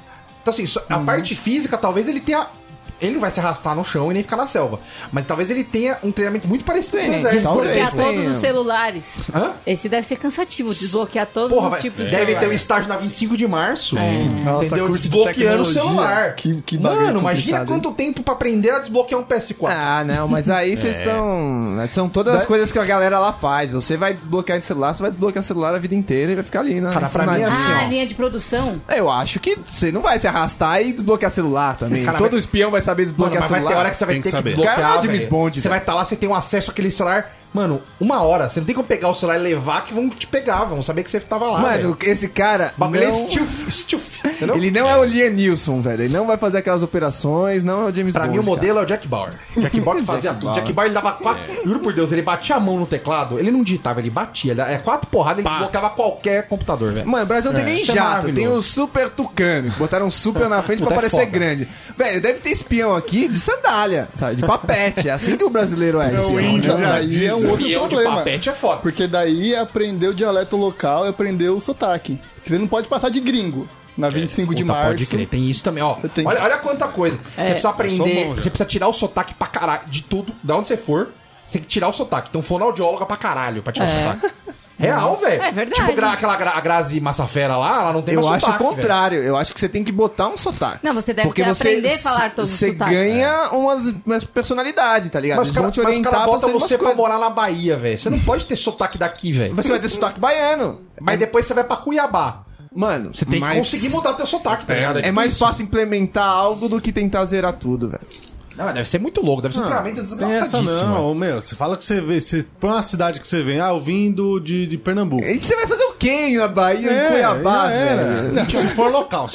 Então, assim, a parte física, talvez ele tenha... Ele não vai se arrastar no chão e nem ficar na selva. Mas talvez ele tenha um treinamento muito parecido com o exército, por Desbloquear exemplo. todos os celulares. Hã? Esse deve ser cansativo, desbloquear todos Porra, os tipos de deve ter um celular. estágio na 25 de março. Nossa, Entendeu? curso de Desbloqueando o tecnologia. celular. Que bagulho Mano, imagina complicado, quanto tempo pra aprender a desbloquear um PS4. Ah, não, mas aí vocês estão... São todas as coisas que a galera lá faz. Você vai desbloquear de celular, você vai desbloquear o celular a vida inteira e vai ficar ali, né? Cara, pra mim é assim, Ah, ó. linha de produção? Eu acho que você não vai se arrastar e desbloquear celular também. Cara, Todo vai- espião vai saber Mano, desbloquear mas vai celular. ter hora que você vai Tem ter que que saber. desbloquear, Cara, James velho. Bond, Você velho. vai estar lá, você tem um acesso àquele celular... Mano, 1 hora. Você não tem como pegar o celular e levar que vão te pegar. Vão saber que você tava lá, Mano, velho. esse cara O bagulho é não... stealth, entendeu? Ele não é o Liam Neeson, velho. Ele não vai fazer aquelas operações, não é o James Pra Bond. mim, o cara. modelo é o Jack Bauer. Jack Bauer que fazia tudo. Jack Bauer, ele dava 4... Juro por Deus, ele batia a mão no teclado. Ele não digitava, ele batia. Ele... 4 porradas, ele desbloqueava qualquer computador, velho. Mano, o Brasil não tem nem isso é jato, maravilhoso. tem o Super Tucano. Botaram um Super na frente pra Puta, é parecer foda. grande. Velho, deve ter espião aqui de sandália, sabe? De papete. É assim que o brasileiro é. espião. índio. Então, daí é um outro Espião de problema. papete é foda. Porque daí aprendeu o dialeto local e aprendeu o sotaque. Porque você não pode passar de gringo na 25 de Puta, março. Pode crer, tem isso também, ó. Tem- Olha quanta coisa. Você precisa aprender, bom, já. você precisa tirar o sotaque pra caralho, de tudo, da onde você for, você tem que tirar o sotaque. Então, fonoaudióloga pra caralho pra tirar o sotaque. Real, velho. É verdade. Tipo, a Grazi Massafera lá, ela não tem Eu mais acho o sotaque, contrário. Eu acho que você tem que botar um sotaque. Não, você deve aprender a falar todos os Você sotaques. ganha uma personalidade, tá ligado? Mas os Eles vão caras te orientar botam fazer umas você pra coisas. morar na Bahia, velho. Você não pode ter sotaque daqui, velho. Você vai ter sotaque baiano. Mas depois você vai pra Cuiabá. Mano, Você tem que Mas- conseguir mudar teu sotaque, tá ligado? é tipo mais isso. fácil implementar algo do que tentar zerar tudo, velho. Não, deve ser muito louco, deve ser um treinamento Tem essa desgraçadíssimo. não, meu. Você fala que você vê, você põe uma cidade que você vem, eu vim de Pernambuco. E você vai fazer o quê na Bahia, em Cuiabá, já era. velho? Não, se for local,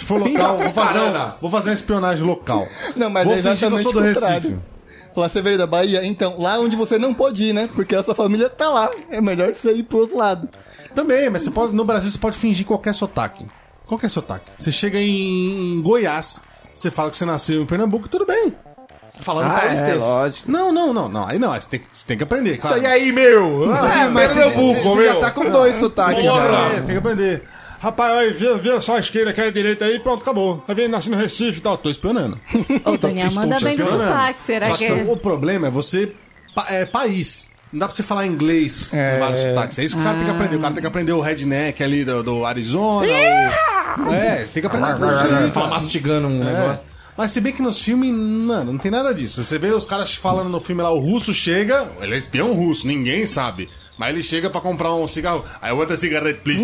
Carana. vou fazer uma espionagem local. Não, mas Vou é fingir que eu exatamente sou do o Recife. contrário. Falar, você veio da Bahia? Então, lá onde você não pode ir, né? Porque a sua família tá lá. É melhor você ir pro outro lado. Também, mas você pode, no Brasil você pode fingir qualquer sotaque. Qualquer sotaque. Você chega em Goiás, você fala que você nasceu em Pernambuco, tudo bem. Falando É, paulistês. lógico. Não. Aí não, você tem que aprender, Isso claro. aí, meu! Mas você já tá com dois sotaques. Porra, já. você tem que aprender. Rapaz, olha, vira só a esquerda, quer a direita aí, pronto, acabou. Aí vem, nasci no Recife e tal. Tô espionando. O Daniel Estou manda te bem do espionando. sotaque, será Só que que é? o problema é você... É país. Não dá pra você falar inglês com vários sotaques. É isso que o cara tem que aprender. O cara tem que aprender o redneck ali do Arizona. Tem que aprender tudo isso aí, Fala cara. mastigando um negócio. Mas se bem que nos filmes, mano, não tem nada disso. Você vê os caras falando no filme lá, o russo chega, ele é espião russo, ninguém sabe. Mas ele chega pra comprar um cigarro. I want a cigarette, please.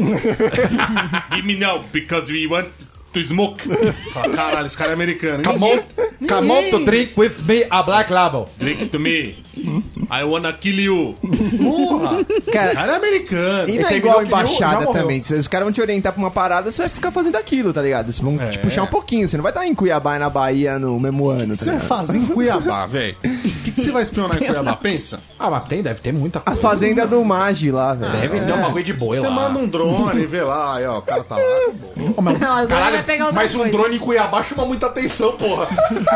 Give me now, because we want to smoke. Fala, caralho, esse cara é americano. Come on to drink with me a Black Label. Drink to me. I wanna kill you. Porra! Cara, Esse cara é americano. E não é terminou igual a que já embaixada morreu. também. Os caras vão te orientar pra uma parada, você vai ficar fazendo aquilo, tá ligado? Vocês vão te puxar um pouquinho. Você não vai estar em Cuiabá e na Bahia no mesmo ano, tá Você vai ligado? fazer em Cuiabá, velho? O que você vai espionar em Cuiabá? Pensa. Ah, mas deve ter muita A coisa. fazenda do Magi lá, velho. Deve ter um bagulho de boi Você lá. manda um drone e vê lá, aí ó, o cara tá lá. Não, agora Caralho, vai pegar outra mas um coisa. drone em Cuiabá chama muita atenção, porra.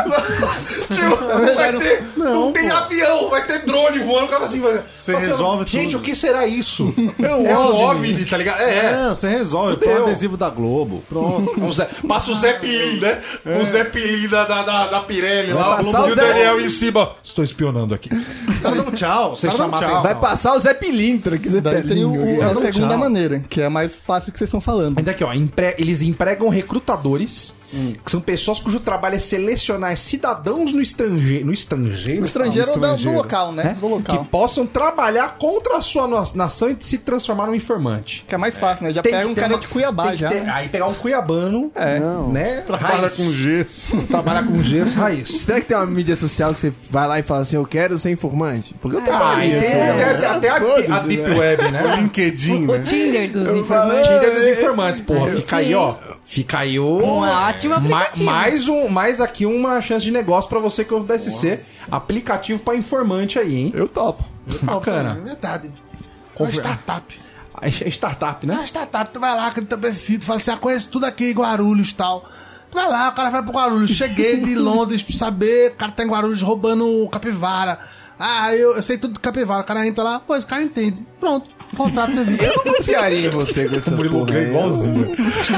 Tipo, vai ter, não tem avião, vai ter drone voando, o cara assim, vai... Você resolve Gente, tudo. o que será isso? É um OVNI, tá ligado? Não, você resolve. Põe um adesivo da Globo. Pronto. Passa o Zé Pilim, né? O Zé Pilim da Pirelli lá, passar e o o Zé- Daniel em cima. Estou espionando aqui. Os caras dão tchau. Os caras dão chamar tchau. atenção. Vai passar o Zé Pilintra, que Zé Daí tem Pelinho. a Não, segunda tchau. maneira, que é a mais fácil que vocês estão falando. Ainda aqui, ó, eles empregam recrutadores, que são pessoas cujo trabalho é selecionar cidadãos no estrangeiro. No estrangeiro? No estrangeiro ou do estrangeiro. local, né? Do local. Que possam trabalhar contra a sua nação e se transformar num informante. Que é mais fácil, né? Já Tem pega que um ter cara uma- de Cuiabá tem que já. ter- aí pegar um cuiabano, né? Trabalha raiz. com gesso. Trabalha com gesso, raiz. Será que tem uma mídia social que você vai lá e fala assim, eu quero ser informante? Porque eu trabalho Aí tem até a Deep Web, né? LinkedIn, O né? Tinder dos informantes. Tinder dos informantes, porra. Fica aí, ó. Fica aí o... Uma ótima aplicativo. Mais aqui uma chance de negócio pra você que ouve o BSC. Aplicativo pra informante aí, hein? Eu topo. Bacana. Verdade. É uma startup. É startup, É né? uma startup. Tu vai lá, que teu perfil, tu fala assim, conheço tudo aqui em Guarulhos e tal. Tu vai lá, o cara vai pro Guarulhos. Cheguei de Londres pra saber, o cara tá em Guarulhos roubando capivara. Ah, eu sei tudo de capivara. O cara entra lá, pô, esse cara entende. Pronto. contrato de serviço. Eu não confiaria em você com essa porra aí. igualzinho.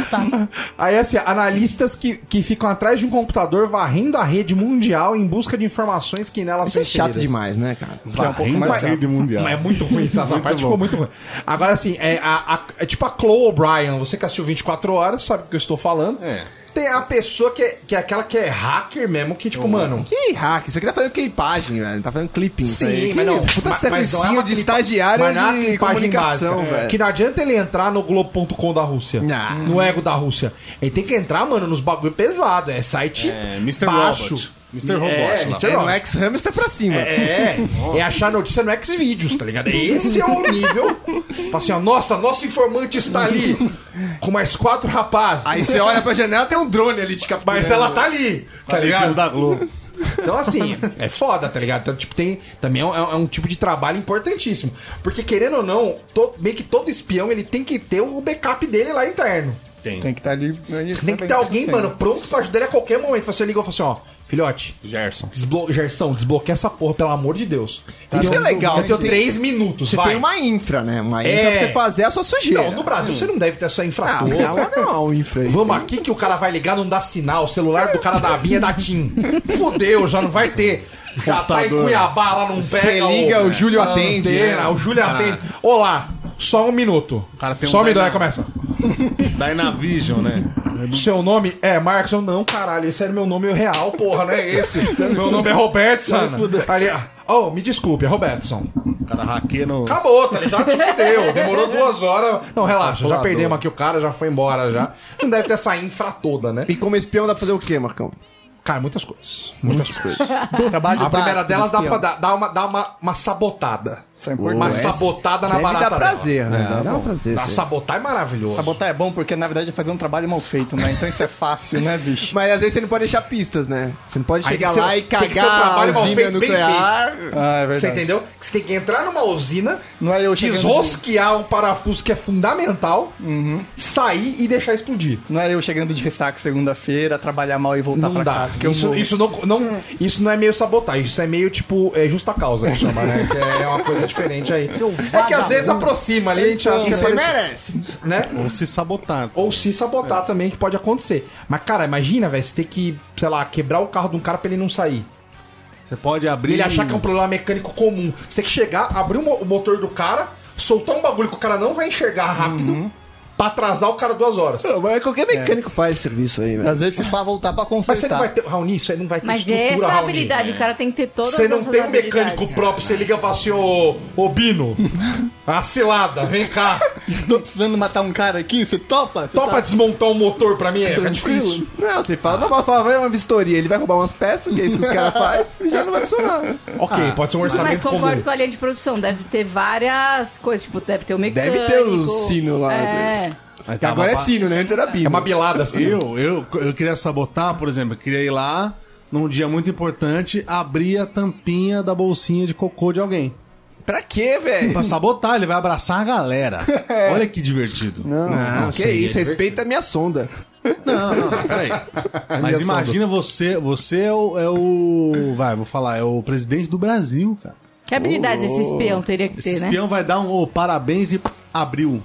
Aí, assim, analistas que ficam atrás de um computador varrendo a rede mundial em busca de informações que nela Isso são é chato inseridas. demais, né, cara? Que é um pouco mais chato. rede mundial. Mas é muito ruim, essa parte ficou muito ruim. Agora, assim, é tipo a Chloe O'Brien. Você que assistiu 24 horas, sabe o que eu estou falando. Tem a pessoa que é aquela que é hacker mesmo, que tipo, mano... Que hack? Isso aqui tá fazendo clipagem, velho. Tá fazendo clipping. isso aí. Sim, mas não. Puta Mas servicinho não é de estagiário mas não é uma de clipagem comunicação, básica. velho. Que não adianta ele entrar no Globo.com da Rússia. Não. No ego da Rússia. Ele tem que entrar, mano, nos bagulho pesado. É site Mr. baixo. Robot. Mr. Robot. É, lá. Mr. É, no Robot. X-Hamster pra cima. É achar notícia no Xvideos, tá ligado? Esse é o nível. Fala assim, ó, nosso informante está ali, com mais 4 rapazes. Aí você olha pra janela, tem um drone ali te capturando. Mas ela tá ali, tá ligado? da Globo. Então, assim, é foda, tá ligado? Então, tipo, também é um tipo de trabalho importantíssimo. Porque, querendo ou não, meio que todo espião, ele tem que ter o backup dele lá interno. Tem que estar ali. Tem que ter alguém, mano, pronto pra ajudar ele a qualquer momento. Você liga e fala assim, ó, filhote, Gerson. Gersão, desbloqueia essa porra, pelo amor de Deus. Isso que é legal. Eu tenho Você 3 minutos, Você vai. tem uma infra, né? Uma infra pra você fazer a sua sujeira. Não, no Brasil você não deve ter essa infra toda. Não, infra aí. Vamos aqui que o cara vai ligar, não dá sinal. O celular do cara da Binha é da TIM. Fudeu, já não vai ter. Já tá em Cuiabá, lá não pega. Você liga, o Júlio atende. Antena, o Júlio atende. Olá, só um minuto. Cara, tem um só um minuto, Dyna- aí começa. Dynavision, né? Seu nome é Marcos? Eu, não, caralho, esse era meu nome real, porra, não é esse. Meu nome é Robertson. Ali, oh, me desculpe, é Robertson. O cara hackeia no... Acabou, tá? Ele já te fudeu. Demorou 2 horas. Não, relaxa, já perdemos aqui o cara, já foi embora já. Não deve ter essa infra toda, né? E como espião dá pra fazer o quê, Marcão? Cara, muitas coisas. Muitas coisas. Trabalho A primeira básico delas do dá pra espião. dar uma sabotada. Isso é importante. Uma sabotada na Deve barata dar prazer, dela. né? Deve dar um prazer. Dar sim. sabotar é maravilhoso. Sabotar é bom porque, na verdade, é fazer um trabalho mal feito, né? Então isso é fácil, né, bicho? Mas às vezes você não pode deixar pistas, né? Você não pode Aí chegar tem que lá ser- e tem que ser um cagar a trabalho mal usina feito, bem nuclear. Ah, é verdade. Você entendeu? Que você tem que entrar numa usina, Não é eu chegando desrosquear um parafuso que é fundamental, sair e deixar explodir. Não é eu chegando de ressaca segunda-feira, trabalhar mal e voltar Não pra dá. casa. Que eu morro. Isso não é meio sabotagem, isso é meio tipo justa causa que chama, né? Que é uma coisa diferente aí. É que às vezes aproxima ali, a gente acha que Isso aí parece- merece. né? Ou se sabotar. Ou se sabotar também, que pode acontecer. Mas, cara, imagina, velho, você ter que, sei lá, quebrar o carro de um cara pra ele não sair. Você pode E abrir... ele achar que é um problema mecânico comum. Você tem que chegar, abrir o motor do cara, soltar um bagulho que o cara não vai enxergar rápido, pra atrasar o cara 2 horas. Mas qualquer mecânico faz esse serviço aí, velho. Às vezes, se pá voltar pra consertar. Mas você não vai ter, Raoni, isso aí não vai ter Mas estrutura, essa Raoni. habilidade, o cara tem que ter todas Você não essas tem um habilidades. mecânico próprio, você liga e fala assim, ô Bino, a cilada, vem cá. Tô precisando matar um cara aqui, você topa? Você Topa tá desmontar um motor pra mim? É tranquilo? difícil. Não, você fala, não, vai uma vistoria, ele vai roubar umas peças, que é isso que os caras fazem, e já não vai funcionar. Ok, pode ser um Mas orçamento concordo comum. com a linha de produção, deve ter várias coisas, tipo, deve ter o mecânico. Deve ter o sino lá, É. Mas Que agora é tava- sino, né? Antes era bino. É uma bilada assim. Eu queria sabotar, por exemplo, eu queria ir lá, num dia muito importante, abrir a tampinha da bolsinha de cocô de alguém. Pra quê, velho? Pra sabotar, ele vai abraçar a galera. Olha que divertido. Não, que seria isso, respeita a minha sonda. Não, peraí. Mas imagina você é o... Vai, vou falar, é o presidente do Brasil, cara. Que habilidades esse espião teria que ter, Esse né? espião vai dar um parabéns e abriu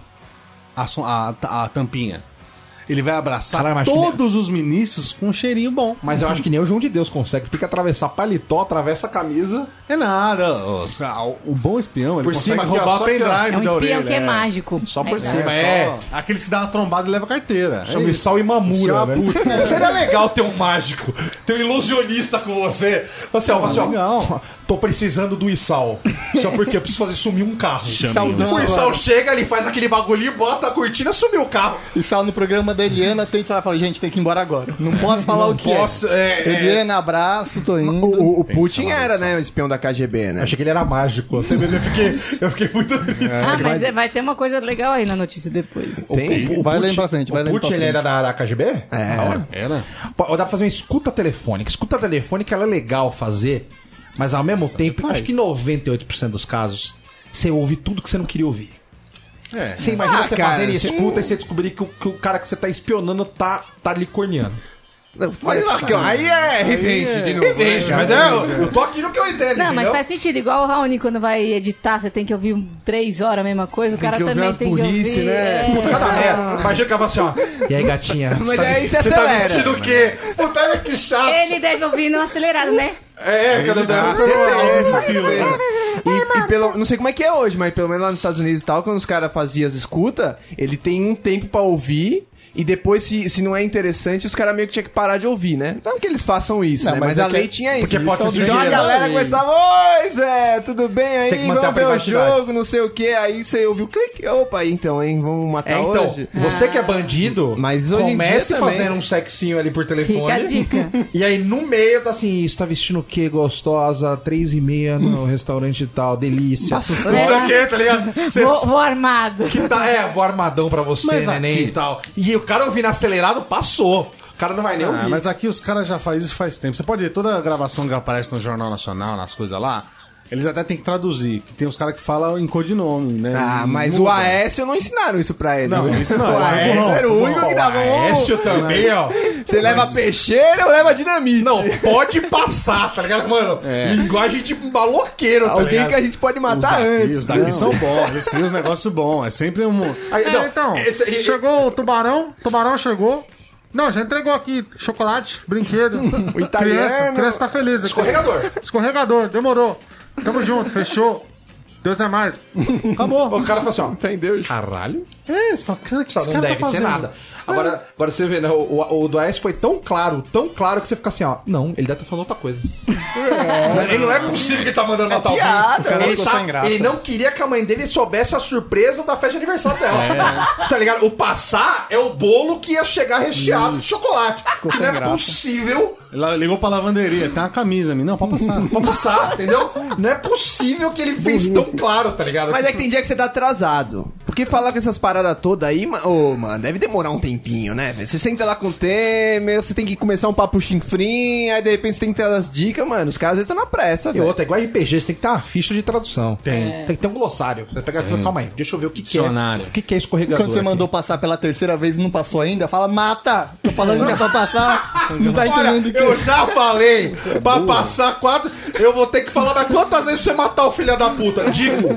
a tampinha. Ele vai abraçar Caralho, mas que todos os ministros com um cheirinho bom. Mas eu acho que nem o João de Deus consegue. Tem que atravessar paletó, atravessa a camisa. É nada. O bom espião, ele Por consegue cima aqui, ó, roubar só a aqui, ó. pendrive É um da orelha. espião que é mágico. Só por É. cima. Só aqueles que dão uma trombada e levam a carteira. Chama É isso Sal Imamura, Chama né? Seria legal ter um mágico, ter um ilusionista com você. Você, ó, assim, ó, legal. tô precisando do Isal. Só porque eu preciso fazer sumir um carro. Salzão O Isal agora. chega, ele faz aquele bagulhinho, bota a cortina, sumiu o carro. E sal no programa da Eliana, tem que falar, gente, tem que ir embora agora. Não posso falar o que Posso, é. Eliana, abraço, tô indo. O Putin era, né, o espião da KGB, né? Eu achei que ele era mágico. Você vê, eu fiquei muito triste. Ah, mas vai ter uma coisa legal aí na notícia depois. Tem? Vai lendo pra frente, vai O lendo pra Putin, ele frente. era da KGB? Era? Ou dá pra fazer uma escuta telefônica. Escuta telefônica, ela é legal fazer, mas ao mesmo tempo, acho que 98% dos casos, você ouve tudo que você não queria ouvir. É. Você imagina você cara, fazendo você- escuta e você descobrir que o cara que você tá espionando tá lhe corneando. Mas aí é revenge de novo. Revenge, mas eu tô aqui no que eu entendo, Não, mas entendeu? faz sentido. Igual o Raoni, quando vai editar, você tem que ouvir 3 horas a mesma coisa. O Tem cara que ouvir também umas tem que burrice, ouvir. né? Puta, cada merda. Imagina que ela fala assim, ó. E aí, gatinha? Mas aí você Você tá acelera. vestindo o quê? Puta, olha que chato. Ele deve ouvir no acelerado, né? Cada E pelo, não sei como é que é hoje, mas pelo menos lá nos Estados Unidos e tal, quando os caras faziam as escutas, ele tem um tempo pra ouvir. E depois, se não é interessante, os caras meio que tinham que parar de ouvir, né? Não que eles façam isso, Não, né? mas Mas é a que- lei tinha isso. porque pode ser Então a sujeira. galera Lei. começava, oi Zé, tudo bem tem que aí? manter a Vamos ver o privacidade. jogo, não sei o que. Aí você ouviu o clique. Opa, então, hein? Vamos matar então, hoje. você que é bandido, Mas hoje em comece dia também. fazendo um sexinho ali por telefone. Fica a dica. E aí no meio tá assim, você tá vestindo o quê, gostosa? 3h30 no restaurante e tal, delícia. Passa os não sei o quê, tá ligado? Você Vou armado. que tá, vou armadão pra você, Mas neném aqui- e tal. E o cara ouvindo acelerado, passou. O cara não vai nem ouvir. Mas aqui os caras já fazem isso faz tempo. Você pode ver toda a gravação que aparece no Jornal Nacional, nas coisas lá, eles até tem que traduzir. Que tem os caras que falam em codinome, né? Ah, mas Muda. o Aécio não ensinaram isso pra ele. Não, isso não. O Aécio era o único que dava um... Aécio também, ó. Você leva peixeira ou leva dinamite? Não, pode passar, tá ligado, mano? Linguagem de maloqueiro, tá Alguém ligado? que a gente pode matar antes. Os daqui são bons, eles criam uns negócios bons. É sempre um. Aí, não, Então, chegou o tubarão chegou. Não, já entregou aqui chocolate, brinquedo. O italiano... Criança tá feliz aqui. Escorregador, demorou. Tamo junto, fechou. Deus é mais. Acabou. O cara fala assim, ó. Entendeu? Caralho? Você fala, cara, que Só esse não cara deve tá ser fazendo? nada. Agora você vê, né? O do AS foi tão claro que você fica assim, ó. Não, ele deve estar falando outra coisa. Ele não é possível que ele tá mandando matar alguém. piada, o cara Ele, ficou sem graça. ele não queria que a mãe dele soubesse a surpresa da festa de aniversário dela. Tá ligado? O passar é o bolo que ia chegar recheado de chocolate. Não sem é graça. possível Ele ligou pra lavanderia, tem uma camisa, não, pode passar. pra passar, entendeu? Não é possível que ele fez tão claro, tá ligado? Mas é que tem dia que você tá atrasado. Porque falar com essas paradas todas aí, mano, deve demorar um tempinho, né, velho? Você senta lá com o Temer, você tem que começar um papo chinfrim, aí de repente você tem que ter as dicas, mano. Os caras às vezes estão na pressa, E velho. outra, é igual RPG, você tem que ter uma ficha de tradução. Tem. Tem que ter um glossário. Você pega e fala, calma aí, deixa eu ver o que, que é. Dicionário. O que, que é escorregador. Quando você aqui. mandou passar pela terceira vez e não passou ainda, fala, mata! Tô falando que é pra passar, não tá Olha, entendendo o que eu já falei, pra passar 4, eu vou ter que falar, mas quantas vezes você matar o filho da puta?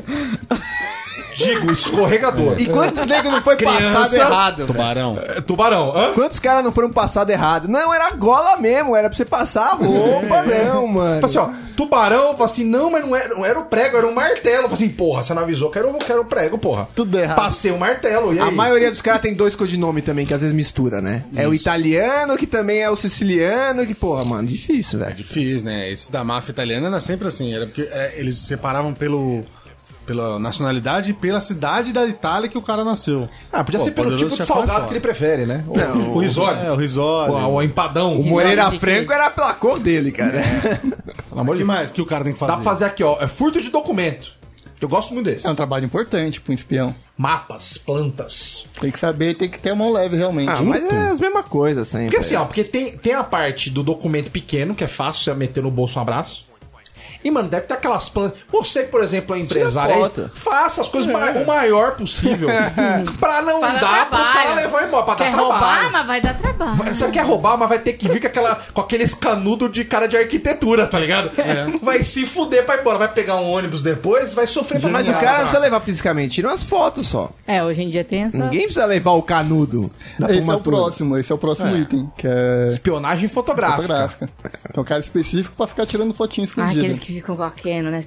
Digo, escorregador. E quantos negros não foi Crianças- passado errado? Tubarão. Tubarão, hã? Quantos caras não foram passado errado? Não, era gola mesmo, era pra você passar a roupa, não, mano. Fala assim, ó, tubarão, fala assim, não, mas não era o prego, era um martelo. Fala assim, porra, você não avisou que era o prego, porra. Tudo errado. Passei o martelo, e aí? A maioria dos caras tem 2 codinomes também, que às vezes mistura, né? É o italiano, que também é o siciliano, que, porra, mano, difícil, velho. Difícil, né? Esses da máfia italiana era sempre assim, era porque eles separavam pela nacionalidade e pela cidade da Itália que o cara nasceu. Ah, podia Pô, ser pelo Poderoso tipo de Chefão é salgado foda. que ele prefere, né? Não, O risole. O risole. O empadão. O Moreira de Franco era pela cor dele, cara. Pelo amor O de que Deus. mais que o cara tem que fazer? Dá pra fazer aqui, ó, é furto de documento. Eu gosto muito desse. É um trabalho importante pra um espião. Mapas, plantas. Tem que saber, tem que ter a mão leve, realmente. Ah, mas é as mesmas coisas sempre. Porque assim, ó, porque tem a parte do documento pequeno, que é fácil você meter no bolso um abraço. E, mano, deve ter aquelas plantas. Você que, por exemplo, é empresário aí, foto. faça as coisas o maior possível. Pra não Para dar pro trabalho. cara levar embora, pra Quer dar roubar, trabalho. mas vai dar trabalho. Você quer roubar, mas vai ter que vir com aqueles canudos de cara de arquitetura, tá ligado? Vai se fuder pra ir embora. Vai pegar um ônibus depois, vai sofrer pra Mas o pegar. cara não precisa levar fisicamente, tira umas fotos só. É, hoje em dia tem essa... Ninguém precisa levar o canudo da Esse é o formatura. próximo, item, que é Espionagem fotográfica. fotográfica. Que é um cara específico pra ficar tirando fotinho Ah, escondida. aqueles que ficam com a Canon, né?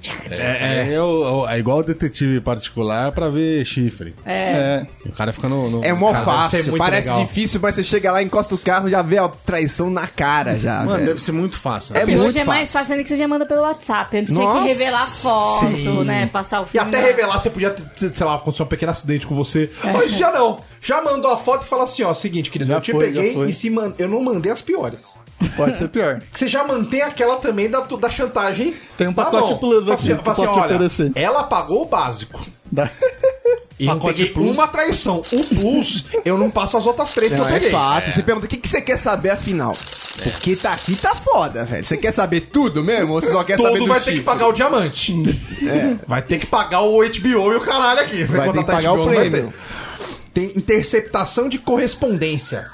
É igual o detetive particular pra ver chifre. É. O cara fica no... É mó Cara, deve ser fácil, muito parece legal. difícil, mas você chega lá, encosta o carro, já vê a traição na cara já, Mano, velho. deve ser muito fácil. É né? E muito hoje é mais fácil. fácil ainda que você já manda pelo WhatsApp. Antes tinha Nossa, que revelar foto, sim. né? Passar o E filme. até na- revelar, você podia ter, sei lá, acontecer um pequeno acidente com você. Hoje já não. Já mandou a foto e fala assim, ó, seguinte, querido, Já eu te foi, peguei já foi. e eu não mandei as piores. Pode ser pior. Você já mantém aquela também da chantagem. Tem um na pacote mão. plus Fala aqui que eu fala posso te olha, oferecer. ela pagou o básico. Dá- E não Pacote peguei plus. uma traição. O plus, eu não passo as outras 3 que Não, eu é peguei. fato. Você pergunta, o que você quer saber afinal? Porque tá aqui, tá foda, velho. Você quer saber tudo mesmo? Ou você só quer saber Todo do vai ter chifre? que pagar o diamante. Vai ter que pagar o HBO e o caralho aqui. Você Vai ter que contratar pagar o HBO, não vai prêmio. ter. Tem interceptação de correspondência.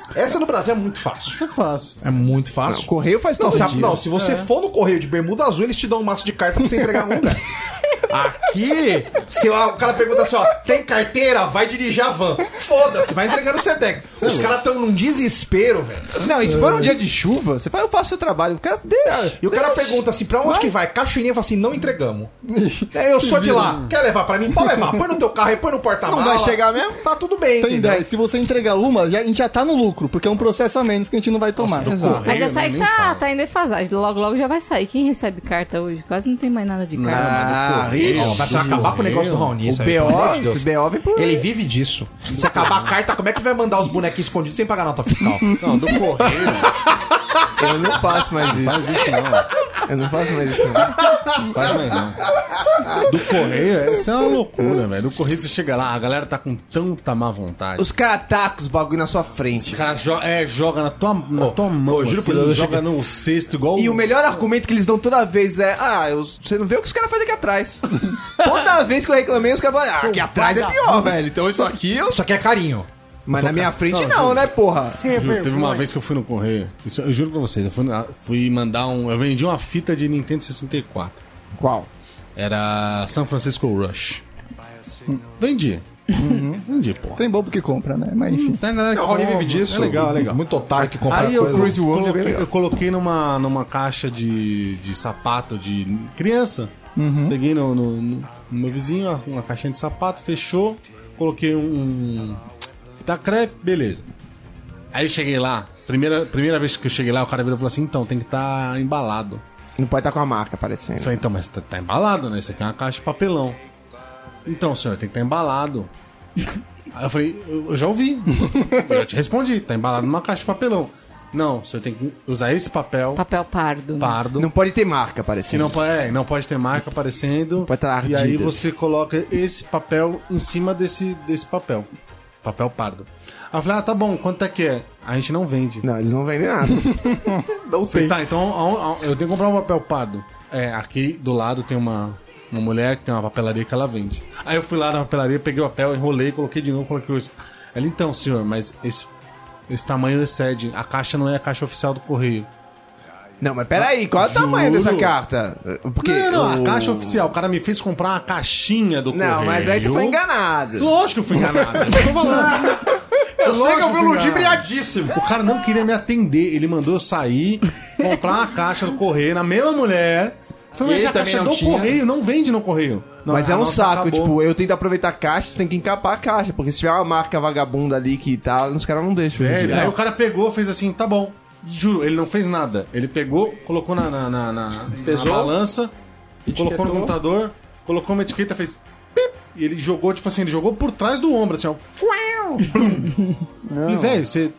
Essa no Brasil é muito fácil. Isso é fácil. É muito fácil. O correio faz Não, todo dia. se você for no correio de bermuda azul, eles te dão um maço de carta pra você entregar um, velho. Aqui, se o cara pergunta assim, ó, tem carteira? Vai dirigir a van. Foda-se, vai entregando o CETEC. Os caras estão num desespero, velho. Não, e se for um dia de chuva, você fala, eu faço seu trabalho. O cara deixa. E o cara pergunta assim, pra onde que vai? Cachoeirinha fala assim, não entregamos. Eu sou de lá. Quer levar pra mim? Pode levar. Põe no teu carro e põe no porta-mala. Não vai chegar mesmo? Tá tudo bem, Tem entendeu? ideia, se você entregar uma, a gente já tá no lucro, porque é um processo a menos que a gente não vai tomar. Exato. Mas essa aí tá em defasagem. Logo já vai sair. Quem recebe carta hoje? Quase não tem mais nada de carta. Ah, Vai acabar com o negócio do Raoni. o BO vem por... Ele vive disso. Se acabar a carta, como é que vai mandar os bonequinhos escondidos sem pagar nota fiscal? Não, do correio. Eu não faço mais isso. Faz isso não. Eu não faço mais isso, não. Faz mais não. Do correio, isso é uma loucura, velho. Do correio você chega lá, a galera tá com tanta má vontade. Os caras tacam os bagulho na sua frente. Os caras joga na tua mão, juro assim, por Deus, eu joga no cesto igual... E o melhor argumento que eles dão toda vez é: você não vê o que os caras fazem aqui atrás. Toda vez que eu reclamei, os caras falam: aqui atrás é pior, velho. Então isso aqui eu. Isso aqui é carinho. Mas na minha frente não, né, porra? Juro, teve uma vez que eu fui no correio, isso, eu juro pra vocês, eu fui mandar eu vendi uma fita de Nintendo 64. Qual? Era San Francisco Rush. Vendi. Vendi, pô. Tem bobo que compra, né? Mas enfim. Tem galera que O Raoni compra. vive disso. É legal, é legal. Muito otário que compra Aí eu, coisa. Crazy World é bem legal. eu coloquei numa caixa de sapato de criança. Peguei no meu vizinho uma caixinha de sapato, fechou. Coloquei fita crepe, beleza. Aí eu cheguei lá. Primeira vez que eu cheguei lá, o cara virou e falou assim: então, tem que estar embalado. Não pode estar com a marca aparecendo. Eu falei: então, mas tá embalado, né? Isso aqui é uma caixa de papelão. Então, senhor, tem que estar embalado. Aí eu falei: eu já ouvi. Eu te respondi: tá embalado numa caixa de papelão. Não, o senhor tem que usar esse papel Papel pardo. pardo. Não pode ter marca E aparecendo. não pode ter marca aparecendo. Pode estar e aí ardidas. você coloca esse papel em cima desse papel. Papel pardo. Aí eu falei: tá bom, quanto é que é? A gente não vende. Não, eles não vendem nada. Eu falei: tá, então eu tenho que comprar um papel pardo. Aqui do lado tem uma mulher que tem uma papelaria que ela vende. Aí eu fui lá na papelaria, peguei o papel, enrolei, coloquei de novo, coloquei isso. Ela: então, senhor, mas esse tamanho excede. A caixa não é a caixa oficial do correio. Não, mas peraí, qual é o tamanho Juro. dessa carta? Porque Não, a caixa oficial. O cara me fez comprar uma caixinha do correio. Não, mas aí você foi enganado. Lógico que eu fui enganado. É isso que eu tô falando. Eu sei que eu vi o Lógico, ludibriadíssimo. O cara não queria me atender. Ele mandou eu sair, comprar uma caixa do correio na mesma mulher. Eu falei: mas Ele a caixa também não do tinha. correio não vende no correio. Não, Mas é a um nossa saco, acabou. tipo, eu tento aproveitar a caixa, você tem que encapar a caixa, porque se tiver uma marca vagabunda ali que tá, os caras não deixam. Velho, Não. aí o cara pegou, fez assim: tá bom. Juro, ele não fez nada. Ele pegou, colocou na Pesou, balança, etiquetou. colocou no computador, colocou uma etiqueta, fez pip, e ele jogou, tipo assim, ele jogou por trás do ombro, assim, ó. Blum. Falei: velho, você...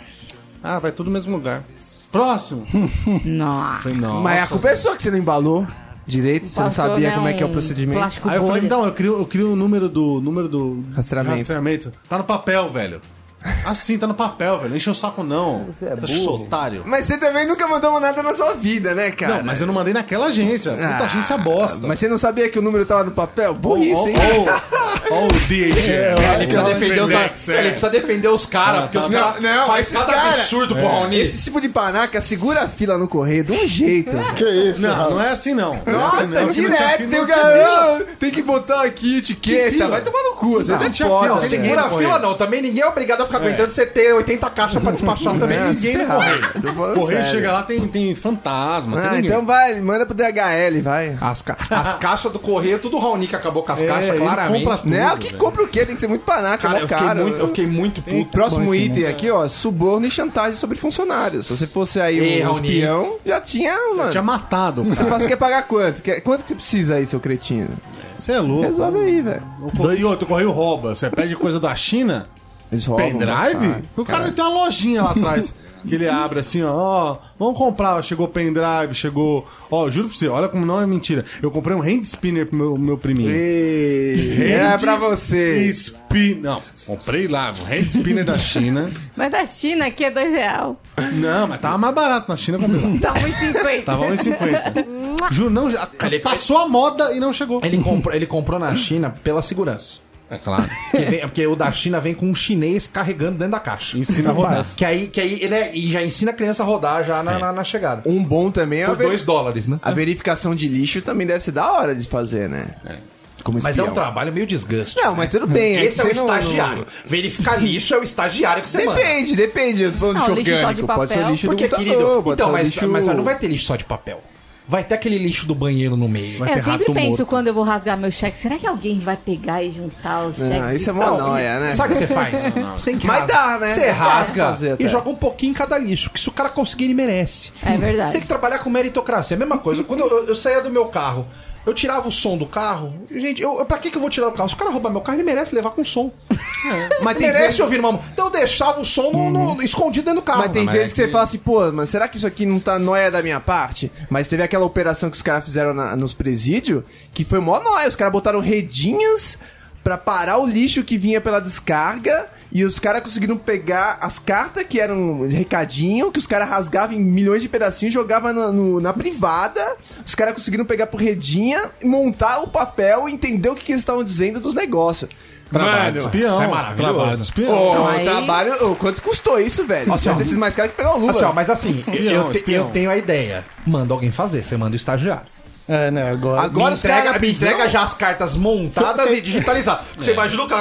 vai tudo no mesmo lugar. Próximo. Nossa. Falei: nossa. Mas a culpa é sua que você não embalou direito, você não Passou, sabia né, como é que é o um procedimento. plástico Aí eu falei: bolha. então, eu queria o número do Rastreamento. rastreamento. Tá no papel, velho. Assim, tá no papel, velho. Não encheu o saco, não. Você é burro. Eu sou otário. Mas você também nunca mandou nada na sua vida, né, cara? Não, mas eu não mandei naquela agência. Puta agência bosta. Mas você não sabia que o número tava no papel? Burrice, hein? Ó o DHL. Ele precisa defender os, ele precisa defender os caras, porque os caras não, fazem esses cada cara- absurdo pro Raoni. Esse tipo de panaca segura a fila no correio de um jeito. Que isso, Não, Raul? não é assim, não. Não é assim, Nossa, não. Que não tinha direto, fila, tem o não tinha fila. cara, tem que botar aqui Que etiqueta, fila? vai tomar no cu, você Não, é tinha foda, fila, velho. ninguém Segura a no correio. fila não, também ninguém é obrigado a ficar aguentando você ter 80 caixas pra despachar também. É, Ninguém no correio. Tô falando Correio sério. chega lá, tem fantasma. tem Ah, ninguém. então vai, manda pro DHL, vai. As caixas do correio, tudo o Raoni que acabou com as caixas, ele claramente. compra tudo, Não, que velho. compra o quê? Tem que ser muito panaca, Cara, mó eu fiquei, caro. eu fiquei muito E puto. próximo item aqui, ó, suborno e chantagem sobre funcionários. Se você fosse aí Ei, um Raoni. espião, já tinha, mano. Tinha matado, cara. Você quer pagar quanto? Quanto que você precisa aí, seu cretino? Você é louco. Resolve aí, velho. E outro, o correio rouba. Você pede coisa da China, Eles roubam, pendrive, sabe? o cara tem uma lojinha lá atrás. Que ele abre assim, ó, vamos comprar. Chegou pendrive, chegou. Ó, juro pra você, olha como não é mentira. Eu comprei um hand spinner pro meu priminho. É pra você. Não, comprei lá, um hand spinner da China. Mas da China aqui é R$2. Não, mas tava mais barato na China, eu comprei lá. Tá 1,50. Tava 1,50. Juro, não, passou a moda e não chegou. Ele comprou na China pela segurança. É claro. Porque o da China vem com um chinês carregando dentro da caixa. Ensina a rodar. Que aí ele já ensina a criança a rodar já na chegada. Um bom também é Por $2, né? a verificação de lixo também deve ser da hora de fazer, né? Como Mas é espião. um trabalho meio desgaste. Não, mas tudo bem. Esse é o que você não- estagiário. Verificar lixo é o estagiário que você manda. Depende. Eu tô falando Não, de lixo só de orgânico. Pode ser papel. lixo Porque, do querido, computador, pode então, ser mas, lixo... mas não vai ter lixo só de papel. Vai ter aquele lixo do banheiro no meio. Vai Eu ter sempre rato penso morto. quando eu vou rasgar meu cheque, será que alguém vai pegar e juntar os cheques? Não, isso é mó nóia, né? Sabe o que você faz? Você tem que Mas rasgar. dá, né? Você É fácil rasga fazer até. e joga um pouquinho em cada lixo. Que se o cara conseguir, ele merece. É verdade. Você tem que trabalhar com meritocracia. É a mesma coisa. Quando eu saía do meu carro, eu tirava o som do carro. Gente, pra que eu vou tirar o carro? Se o cara roubar meu carro, ele merece levar com som. Mas Ele tem merece vezes... ouvir, irmão. Então eu deixava o som escondido dentro do carro. Mas tem Não, vezes que você fala assim, pô, mas será que isso aqui não tá nóia da minha parte? Mas teve aquela operação que os caras fizeram nos presídios, que foi mó nóia. Os caras botaram redinhas pra parar o lixo que vinha pela descarga, e os caras conseguiram pegar as cartas que eram recadinho, que os caras rasgavam em milhões de pedacinhos, jogavam na privada. Os caras conseguiram pegar por redinha, montar o papel e entender o que eles estavam dizendo dos negócios. Trabalho de espião. isso é maravilhoso. Trabalho de espião. Ô, Então, aí- trabalho... quanto custou isso, velho? Assim, ó, Deve ter sido mais caro que pegar o Lula. Assim, ó, mas assim, Espião, espião. eu tenho a ideia. Manda alguém fazer, você manda o estagiário. É, né, agora... Agora os caras Me entrega já as cartas montadas e digitalizadas. Você imagina o cara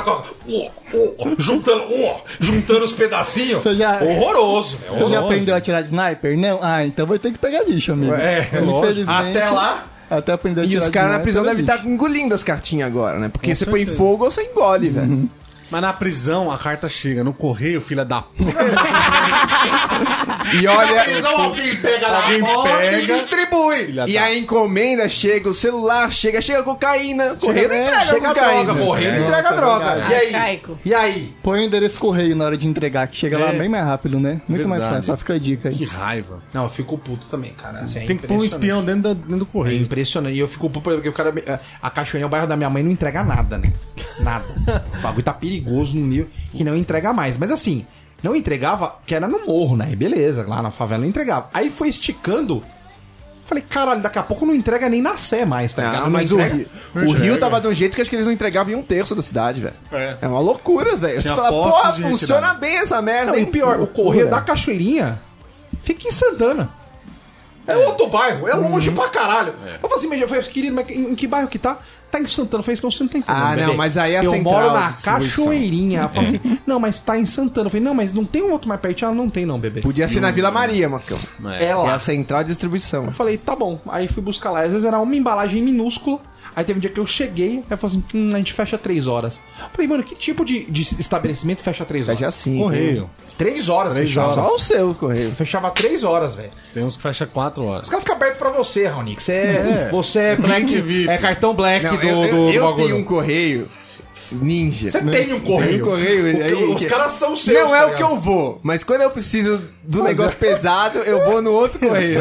juntando os pedacinhos. Você já- Horroroso. Você já aprendeu a tirar de sniper? Não? Ah, então vai ter que pegar lixo, amigo. Infelizmente. Até lá. Até aprender a E tirar os de caras na sniper prisão é devem lixo. estar engolindo as cartinhas agora, né? Porque Com você põe certeza. fogo ou você engole, velho. Mas na prisão a carta chega no correio, filha da puta. E olha... Alguém pega na Alguém porta pega. e distribui. Filha E da- a encomenda chega, o celular chega a cocaína. Correio não entrega Chega a cocaína. droga, correndo, entrega a Nossa, droga. verdade. E aí? Arcaico. E aí? Põe o endereço correio na hora de entregar, que chega lá bem mais rápido, né? Muito mais Verdade. fácil, só fica a dica aí. Que raiva. Não, eu fico puto também, cara. Assim, é Tem que pôr um impressionante. espião dentro do É correio. impressionante. E eu fico puto porque o cara. A Cachoeirinha, o bairro da minha mãe, não entrega nada, né? Nada. O bagulho tá perigoso no nível que não entrega mais. Mas assim, não entregava, que era no morro, né? E beleza, lá na favela não entregava. Aí foi esticando. Falei, caralho, daqui a pouco não entrega nem na Sé mais, tá ligado? Ah, Não mas entrega. o Rio tava de um jeito que acho que eles não entregavam em 1/3 da cidade, velho. É. Uma loucura, velho. Você Tinha fala, postos porra, de funciona retirada. bem essa merda, Não, hein? e pior, o correio da Cachoeirinha fica em Santana. É outro bairro, é longe pra caralho. Eu falei assim, mas eu falei, querido, mas em que bairro que tá? Tá em Santana. Eu falei, então você não tá entendendo. Ah, não, bebê. mas aí é a eu central moro de na distribuição. Cachoeirinha. Ela falou assim, não, mas tá em Santana. Eu falei, não, mas não tem um outro mais pertinho? Ela não tem não, bebê. Podia ser na Vila Maria, Marcão. É Que é lá. a central de distribuição. Eu falei, tá bom. Aí fui buscar lá. Às vezes era uma embalagem minúscula. Aí teve um dia que eu cheguei, aí falou assim, a gente fecha 3 horas. Eu falei, mano, que tipo de estabelecimento fecha 3 horas? Fecha assim. Correio. 3 horas, fechava. Só o seu correio. Fechava 3 horas, velho. Tem uns que fecha 4 horas. Os caras ficam abertos pra você, Raoni. Você é Black Black VIP. É cartão Black Não, do eu bagulho. tenho um correio ninja. Você tem um correio. Um correio, aí- Os caras são seus. Não é tá o que ligado? eu vou, mas quando eu preciso do negócio pesado, eu vou no outro correio.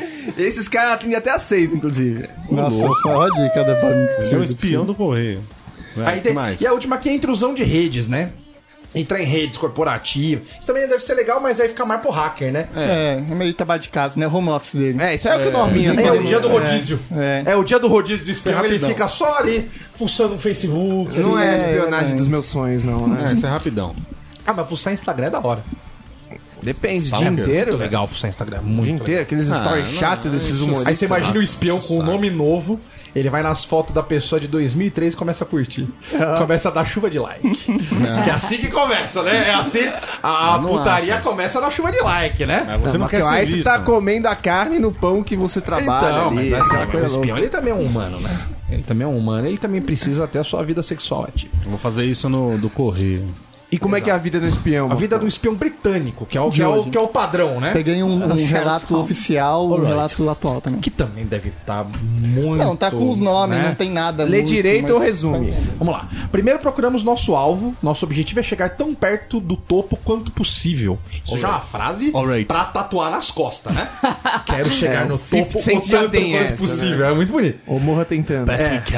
Esses caras atendem até às 6, inclusive. Nossa, só a dica da Tem um espião do correio. Aí que tem- mais? E a última aqui é a intrusão de redes, né? Entrar em redes corporativas. Isso também deve ser legal, mas aí fica mais pro hacker, né? É meio trabalho de casa, né? Home office dele. É, isso é o que o Norminha É, falou. o dia do rodízio. É. É o dia do rodízio do espião, ele rapidão. fica só ali, fuçando no Facebook. Não é a É, espionagem é. dos meus sonhos, não, né? É, isso é rapidão. Ah, mas fuçar Instagram é da hora. Depende, o dia Stalker. inteiro, Muito velho. legal fuçar Instagram, O muito dia legal. inteiro, aqueles stories não, chatos desses isso- humoristas. Aí você imagina o espião com um Saco. nome novo, ele vai nas fotos da pessoa de 2003 e começa a curtir. Começa a dar chuva de like. Que é assim que começa, né? É assim, a não putaria acho. começa na chuva de like, né? Mas você não, quer Marcão, ser aí visto. você tá comendo a carne no pão que você trabalha Então, ali. mas aquela assim, o coisa espião, louca. ele também é um humano, né? Ele também é um humano, ele também precisa ter a sua vida sexual ativa. Eu vou fazer isso do correio. E como é que é a vida do espião? A vida do espião britânico, que é o padrão, né? Peguei um relato oficial, um Alright. relato atual também. Que também deve estar muito... Não, tá com os nomes, né? não tem nada. Lê muito, direito mas ou resume? vai entender. Vamos lá. Primeiro procuramos nosso alvo. Nosso objetivo é chegar tão perto do topo quanto possível. Isso já é uma frase Alright. pra tatuar nas costas, né? Quero chegar no o topo 50 o já tanto tem quanto essa, possível. É muito bonito. Ou morra tentando. Best we can.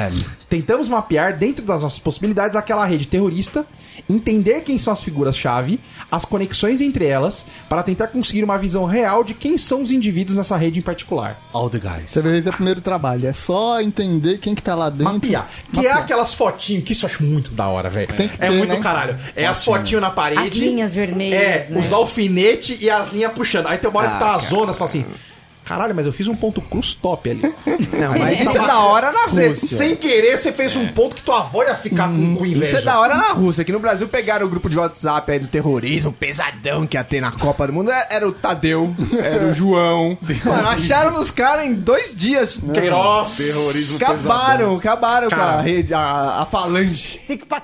Tentamos mapear, dentro das nossas possibilidades, aquela rede terrorista, entender quem são as figuras-chave, as conexões entre elas, para tentar conseguir uma visão real de quem são os indivíduos nessa rede em particular. All the guys. Você vê, esse é o primeiro trabalho. É só entender quem que tá lá dentro. Mapear. Que é aquelas fotinhas, que isso eu acho muito da hora, velho. Tem que É ter, muito né? caralho. É as fotinhas na parede. As linhas vermelhas, né? Os alfinetes e as linhas puxando. Aí tem uma hora que tá as zonas, fala assim... Caralho, mas eu fiz um ponto cruz top ali. Não, mas isso é da hora na Rússia. Sem querer, você fez um ponto que tua avó ia ficar com inveja. Isso é da hora na Rússia. Aqui no Brasil pegaram o grupo de WhatsApp aí do terrorismo, pesadão que ia ter na Copa do Mundo. Era o Tadeu, era o João. Mano, acharam nos caras em 2 dias. Queiroz. Terrorismo Acabaram com Cara. a rede, a falange.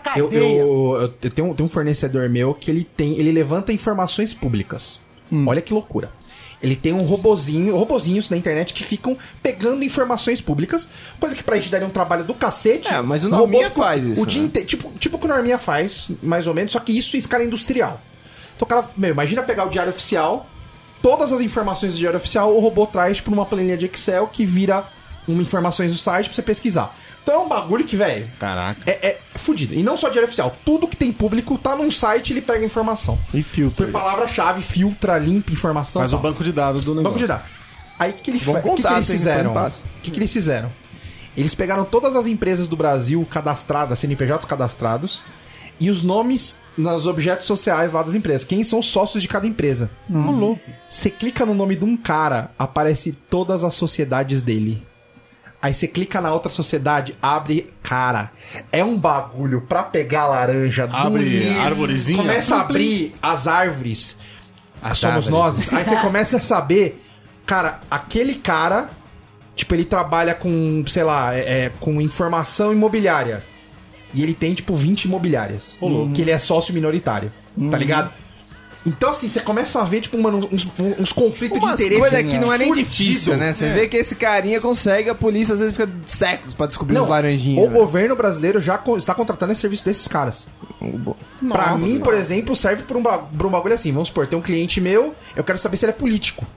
Eu tenho um fornecedor meu que ele levanta informações públicas. Olha que loucura. Ele tem robozinhos na internet que ficam pegando informações públicas, coisa que pra gente daria um trabalho do cacete. É, mas o robô Norminha ficou faz isso, o dia né? inteiro, tipo o que o Norminha faz, mais ou menos, só que isso em escala industrial. Então o cara, imagina pegar o diário oficial, todas as informações do diário oficial, o robô traz pra uma planilha de Excel que vira informações do site pra você pesquisar. Então é um bagulho que, velho, Caraca. é fudido. E não só diário oficial, tudo que tem público tá num site, ele pega informação. E filtro. Por palavra-chave, filtra, limpa informação. Faz o tal. banco de dados do negócio. Banco de dados. Aí o que eles Vamos contar, eles tem fizeram? que passa. O que eles fizeram? Eles pegaram todas as empresas do Brasil cadastradas, CNPJs cadastrados, e os nomes nos objetos sociais lá das empresas. Quem são os sócios de cada empresa. Você clica no nome de um cara, aparece todas as sociedades dele. Aí você clica na outra sociedade, abre... Cara, é um bagulho pra pegar laranja. Abre arvorezinha. Começa a abrir as árvores. Somos nós. Aí você começa a saber... Cara, aquele cara... Tipo, ele trabalha com, sei lá, com informação imobiliária. E ele tem, tipo, 20 imobiliárias. Que ele é sócio minoritário. Tá ligado? Então, assim, você começa a ver, tipo, mano, uns conflitos Umas de interesse. coisas que não é nem fudido. difícil, né? Você vê que esse carinha consegue, a polícia às vezes fica séculos pra descobrir os laranjinhas. O governo brasileiro já está contratando esse serviço desses caras. Pra mim, por exemplo, serve pra um bagulho assim. Vamos supor, tem um cliente meu, eu quero saber se ele é político.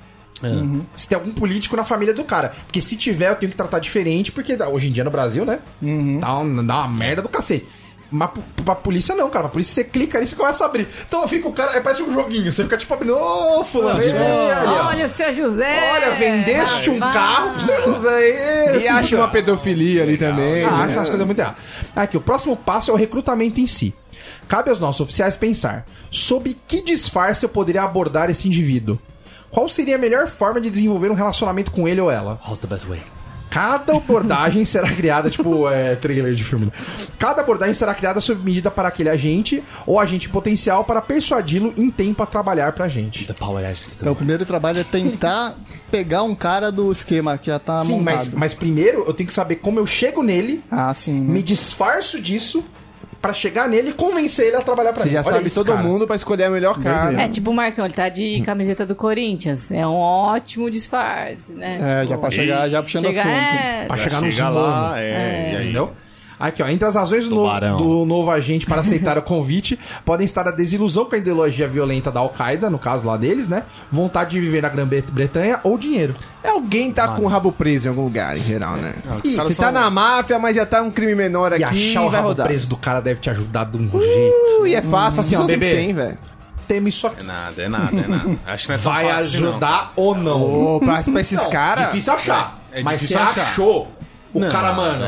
Se tem algum político na família do cara. Porque se tiver, eu tenho que tratar diferente, porque hoje em dia no Brasil, né? Dá uma merda do cacete. Mas pra polícia não, cara. Pra polícia você clica ali e você começa a abrir. Então fica o cara, parece um joguinho. Você fica tipo abrindo, ô, fulano, Olha o seu José! olha, vendeste um carro pro seu José. E acha uma pedofilia ali também. Acha né? umas coisas muito erradas. Aqui, o próximo passo é o recrutamento em si. Cabe aos nossos oficiais pensar sob que disfarce eu poderia abordar esse indivíduo. Qual seria a melhor forma de desenvolver um relacionamento com ele ou ela? How's the best way? Cada abordagem será criada, tipo, trailer de filme. Né? Cada abordagem será criada sob medida para aquele agente ou agente potencial para persuadi-lo em tempo a trabalhar pra gente. The power Então o primeiro trabalho é tentar pegar um cara do esquema que já tá Sim, montado. mas primeiro eu tenho que saber como eu chego nele, Ah, sim. me disfarço disso pra chegar nele e convencer ele a trabalhar pra Você mim. já Olha sabe isso, todo cara. mundo pra escolher a melhor cara. É tipo o Marcão, ele tá de camiseta do Corinthians. É um ótimo disfarce, né? É, já pra chegar já puxando Chega, assunto. Pra chegar no Chega humano. lá, e aí? Entendeu? Aqui, ó, entre as razões Tubarão. do novo agente para aceitar o convite, podem estar a desilusão com a ideologia violenta da Al-Qaeda, no caso lá deles, né? Vontade de viver na Grã-Bretanha ou dinheiro. Alguém tá com o rabo preso em algum lugar, em geral, né? os Ih, caras você tá são- na máfia, mas já tá um crime menor E aqui achar o e vai rabo rodar. preso do cara deve te ajudar de um jeito. E é fácil, Assim, ó, assim, sempre bebê. tem, velho. Teme isso aqui. É nada. Acho que não é tão Vai fácil, não. ajudar ou não? Ô, pra esses Não, caras... Difícil achar. É mas difícil você achar. achou o Não, cara, mano.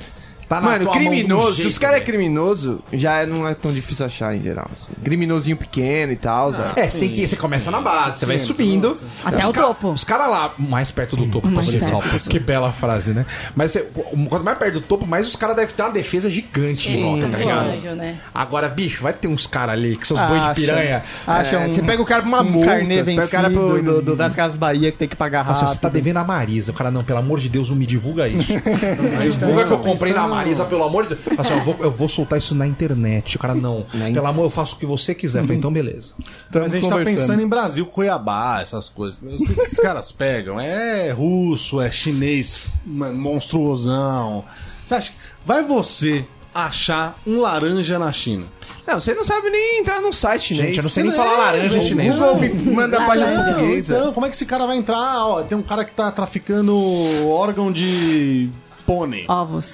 Tá na Mano, tua mão de um criminoso, se jeito, os caras é velho. criminoso, já não é tão difícil achar em geral. Assim. Criminosinho pequeno e tal, velho. Você começa na base, você vai subindo. Até o topo. Os caras lá, mais perto do topo. Mais pra você. perto. Que bela frase, né? Mas quanto mais perto do topo, mais os caras devem ter uma defesa gigante em volta, tá ligado? Anjo, né? Agora, bicho, vai ter uns caras ali que são os boi de Acha. piranha. Acha É, você pega o cara pra uma um multa, carnê você pega o cara vencido pro- das Casas Bahia que tem que pagar Nossa, rápido. você tá devendo a Marisa. O cara, não, pelo amor de Deus, não me divulga isso. Divulga que eu comprei na Marisa, pelo amor de Deus. Assim, eu vou soltar isso na internet. O cara, não. Pelo amor, eu faço o que você quiser. Eu falei, então beleza. Estamos Mas a gente tá conversando. pensando em Brasil, Cuiabá, essas coisas. Eu não sei se esses caras pegam. É russo, é chinês, monstruosão. Você acha que vai você achar um laranja na China? Não, você não sabe nem entrar num site chinês. Gente, eu não sei nem falar laranja O chinês. Google me manda páginas portuguesas. Então, como é que esse cara vai entrar? Ó, tem um cara que tá traficando órgão de pônei. Ovos.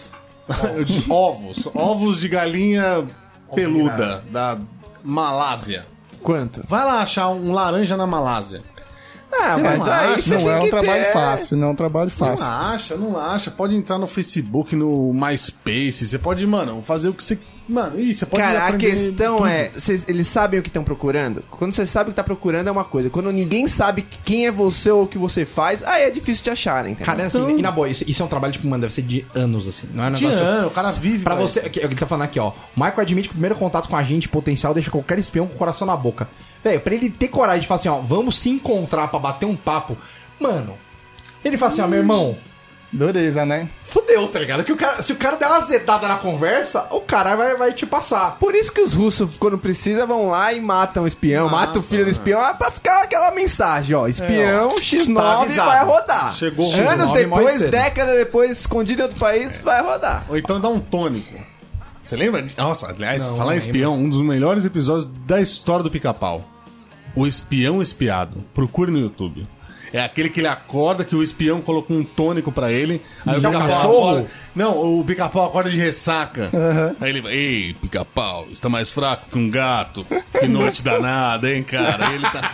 Ovos de galinha peluda da Malásia. Quanto? Vai lá achar um laranja na Malásia. Ah, mas aí você Não é um que trabalho ter- fácil, não é um trabalho fácil. Não acha. Pode entrar no Facebook, no MySpace. Você pode, mano, fazer o que você... Mano, você pode Cara, a aprender questão tudo. é, eles sabem o que estão procurando? Quando você sabe o que tá procurando é uma coisa. Quando ninguém sabe quem é você ou o que você faz, aí é difícil te acharem, entendeu? Cara, assim, e na boa, isso é um trabalho, tipo, mano, deve ser de anos, assim. Não é um De negócio... ano, o cara vive... Pra velho. você, ele tá falando aqui, ó. O Michael admite que o primeiro contato com a gente potencial deixa qualquer espião com o coração na boca. Velho, pra ele ter coragem de falar assim, ó, vamos se encontrar pra bater um papo. Mano, ele fala assim, ó, meu irmão, Dureza, né? fudeu, tá ligado? Que se o cara der uma azedada na conversa, o cara vai te passar. Por isso que os russos, quando precisa, vão lá e matam o espião, matam o filho do espião, é pra ficar aquela mensagem, ó. Espião, X9 tá avisado. vai rodar. Chegou o Anos X9 depois, mais cedo. década depois, escondido em outro país, vai rodar. Ou então dá um tônico. Você lembra? Nossa, aliás, Não, falar em não espião, um dos melhores episódios da história do Pica-Pau. O Espião Espiado. Procure no YouTube. É aquele que ele acorda, que o espião colocou um tônico pra ele. Aí Já o é um Pica-Pau cachorro? acorda... Não, o Pica-Pau acorda de ressaca. Aí ele vai, ei, Pica-Pau, está mais fraco que um gato. Que noite danada, hein, cara? Aí ele tá...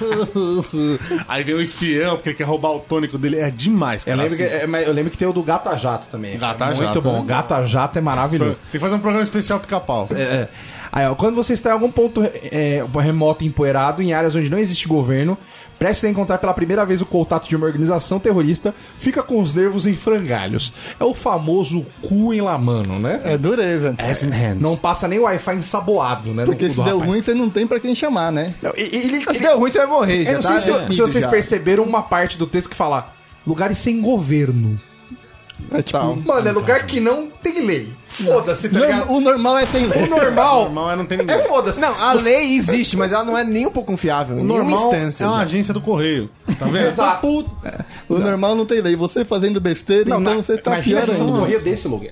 Aí vem o espião, porque ele quer roubar o tônico dele. É demais, cara. Eu lembro que tem o do Gata Jato também. Gata Muito Jato, bom. né? Gata Jato é maravilhoso. Tem que fazer um programa especial Pica-Pau. É. Aí, ó, quando você está em algum ponto remoto empoeirado, em áreas onde não existe governo, prestes a encontrar pela primeira vez o contato de uma organização terrorista, fica com os nervos em frangalhos. É o famoso cu em la mano, né? É dureza. Não passa nem Wi-Fi ensaboado, né? Porque no se cu do deu rapaz. ruim, você não tem pra quem chamar, né? Não, Se deu ruim, você vai morrer, eu já não tá sei se definido vocês já. perceberam uma parte do texto que fala lugares sem governo. É tipo... Mano, é lugar que não tem lei. Foda-se, tá ligado? O normal é sem lei. O normal Normal é não tem ninguém. é foda-se. Não, a lei existe, mas ela não é nem um pouco confiável. O em nenhuma normal instância. é uma já. agência do correio. Tá vendo? Exato. Puto. O normal não tem lei. Você fazendo besteira, então você tá imagina pior a gente ainda. correr desse lugar.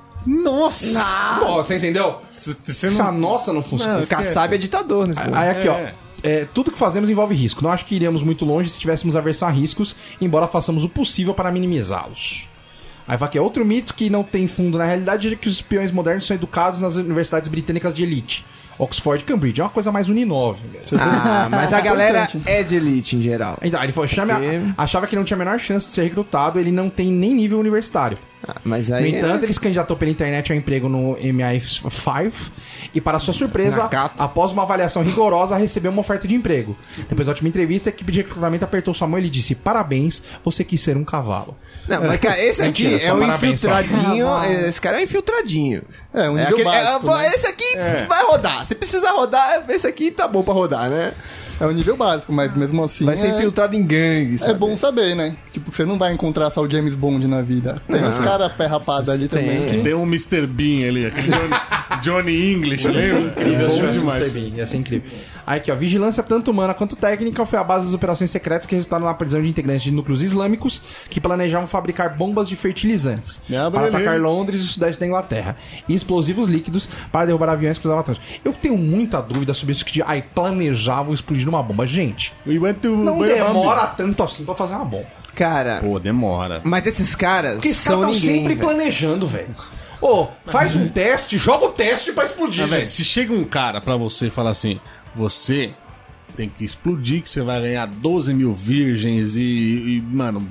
Nossa! Pô, você entendeu? Você Se a nossa não funciona. Não, Kassab é ditador nesse mundo. Aí aqui, ó. É. Tudo que fazemos envolve risco. Não acho que iríamos muito longe se tivéssemos aversão a riscos, embora façamos o possível para minimizá-los. Aí vai aqui, outro mito que não tem fundo na realidade é que os espiões modernos são educados nas universidades britânicas de elite. Oxford e Cambridge. É uma coisa mais Uninove. Ah, mas a galera Importante. é de elite em geral. Então, ele falou, Porque- achava que não tinha a menor chance de ser recrutado, ele não tem nem nível universitário. Ah, mas No aí entanto, ele se candidatou pela internet ao emprego no MI5 e, para sua surpresa, Na Cato. após uma avaliação rigorosa, recebeu uma oferta de emprego. Depois da última entrevista, a equipe de recrutamento apertou sua mão e lhe disse: parabéns, você quis ser um cavalo. Não, mas cara, esse aqui Mentira, é só um parabéns, só. infiltradinho. Esse cara é um infiltradinho. É, um nível básico, né? Esse aqui vai rodar. Se precisa rodar, esse aqui tá bom pra rodar, né? É um nível básico, mas mesmo assim Vai ser infiltrado em gangue, é sabe? bom saber, né? Tipo, você não vai encontrar só o James Bond na vida. Tem uns caras pé rapado ali Tem. também. que- Tem um Mr. Bean ali, aquele Johnny English, lembra? Incrível, se Bom tivesse demais. Mr. Bean, ia ser incrível. Aí aqui, ó, vigilância tanto humana quanto técnica foi a base das operações secretas que resultaram na prisão de integrantes de núcleos islâmicos que planejavam fabricar bombas de fertilizantes Ah, para beleza. atacar Londres e o sudeste da Inglaterra e explosivos líquidos para derrubar aviões que usavam Atlântico. Eu tenho muita dúvida sobre isso que planejavam explodir uma bomba. Gente, We went to não Miami. demora tanto assim pra fazer uma bomba. Cara, Pô, demora. mas esses caras Porque esses são caras estão ninguém, sempre velho. planejando, velho. Ô, faz um teste, joga o teste pra explodir, Ah, velho, gente. se chega um cara pra você e fala assim, você tem que explodir, que você vai ganhar 12 mil virgens mano,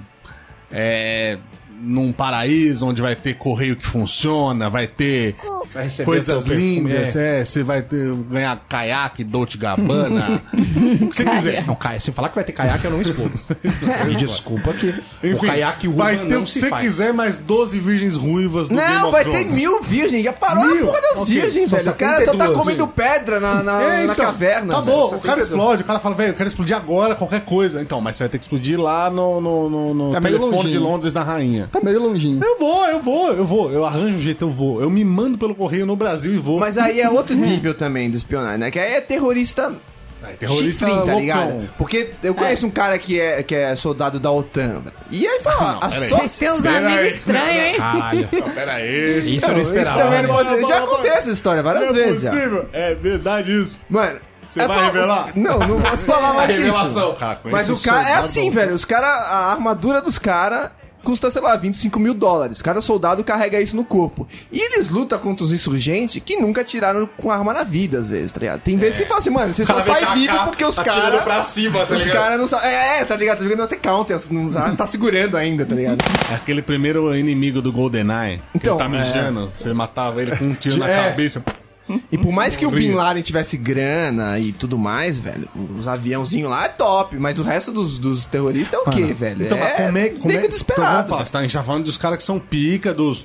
num paraíso onde vai ter correio que funciona, vai ter Vai receber coisas teu perfume, lindas, você vai ganhar caiaque, Dolce Gabbana, o que você quiser. Não, Caia, se falar que vai ter caiaque, eu não explodo. Me desculpa que o Enfim, caiaque vai urban ter não o que se você faz. quiser, mais 12 virgens ruivas no Game Não, of vai ter Thrones. 1000 virgens. Já parou Mil? a porra das Ok, virgens, são velho. O cara só tá 72. comendo pedra na Então, caverna. acabou, velho. o cara explode, o cara fala, velho, eu quero explodir agora, qualquer coisa. Então, mas você vai ter que explodir lá no É meio telefone longinho. de Londres da rainha. Tá meio longinho. Eu vou. Eu arranjo um jeito, eu vou. Eu me mando pelo correio no Brasil e vou. Mas aí é outro nível também de espionagem, né? Que aí é terrorista terrorista chifrinho, tá loucão. ligado? Porque eu conheço um cara que é soldado da OTAN, velho. E aí fala, a peraí. só... Vocês têm uns Espera amigos aí. estranhos, hein? Caralho. Não, pera aí. Isso eu não Isso esperava. também não né? pode... Já contei essa história várias Não é vezes já. possível. É verdade isso. Mano... Você vai revelar? Não posso falar mais disso. Revelação. Cara, Mas o cara é assim, velho. Os caras, a armadura dos caras custa, sei lá, $25.000. Cada soldado carrega isso no corpo. E eles lutam contra os insurgentes que nunca atiraram com arma na vida, às vezes, tá ligado? Tem vezes que fala assim, mano, você só sai vivo porque os caras... pra cima, tá Os caras não sabem... tá ligado? Tá jogando até counter, não tá segurando ainda, tá ligado? É aquele primeiro inimigo do GoldenEye, que Então, ele tá mijando, você matava ele com um tiro na cabeça. E por mais que o Morria. Bin Laden tivesse grana e tudo mais, velho, os aviãozinhos lá é top, mas o resto dos terroristas é o quê, velho? Então, mas como é nego Então, desesperado. vamos falar, a gente tá falando dos caras que são pica, dos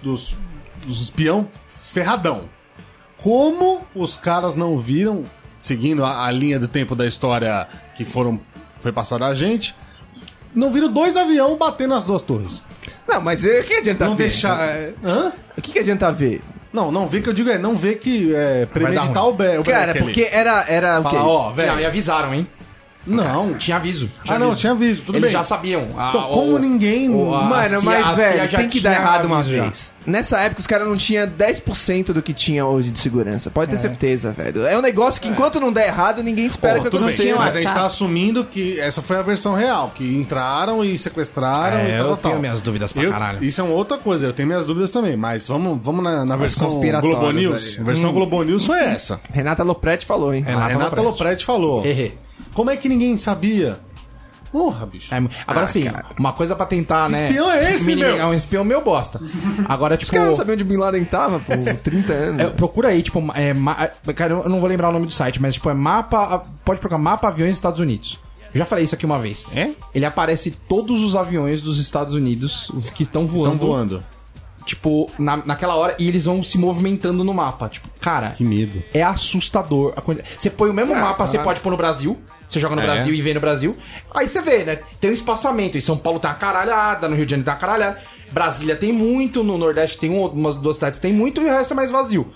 espião ferradão. Como os caras não viram, seguindo a linha do tempo da história que foi passada a gente, não viram 2 aviões bater nas 2 torres? Não, mas o que adianta Não ver? deixar... hã? O que adianta ver? Não vê que eu digo não vê que premeditar o Beck. Cara, porque era o quê? Fala, ó, Não, velho. e avisaram, hein? Não. Tinha aviso. Tinha aviso, tudo Eles bem. já sabiam. Então, como ninguém... Mano, mas, CIA velho, já tem que dar tinha errado uma aviso já. vez. Nessa época, os caras não tinham 10% do que tinha hoje de segurança. Pode ter certeza, velho. É um negócio que, enquanto não der errado, ninguém espera que tudo bem, aconteça. mas a gente WhatsApp. tá assumindo que essa foi a versão real, que entraram e sequestraram e tal, eu tal. tenho minhas dúvidas pra caralho. Isso é uma outra coisa, eu tenho minhas dúvidas também, mas vamos na versão conspiratórias Globo News. aí. A versão Globo News foi essa. Renata Lopretti falou, hein? A Renata Lopretti falou. Errei. Como é que ninguém sabia? Porra, bicho. Agora sim, uma coisa pra tentar, né? espião é esse, meu? É um espião meu bosta. Agora, tipo... Os caras não sabiam onde o Bin Laden tava, pô, 30 anos. procura aí, tipo, cara, eu não vou lembrar o nome do site, mas tipo, pode procurar mapa aviões dos Estados Unidos. Eu já falei isso aqui uma vez. É? Ele aparece todos os aviões dos Estados Unidos que estão voando. Estão voando. Tipo, naquela hora, e eles vão se movimentando no mapa. Tipo, cara, Que medo. é assustador. Você põe o mesmo mapa, você pode pôr no Brasil. Você joga no Brasil e vê no Brasil. Aí você vê, né? Tem um espaçamento. Em São Paulo tem uma caralhada, no Rio de Janeiro tem uma caralhada. Brasília tem muito, no Nordeste tem umas 2 cidades tem muito e o resto é mais vazio.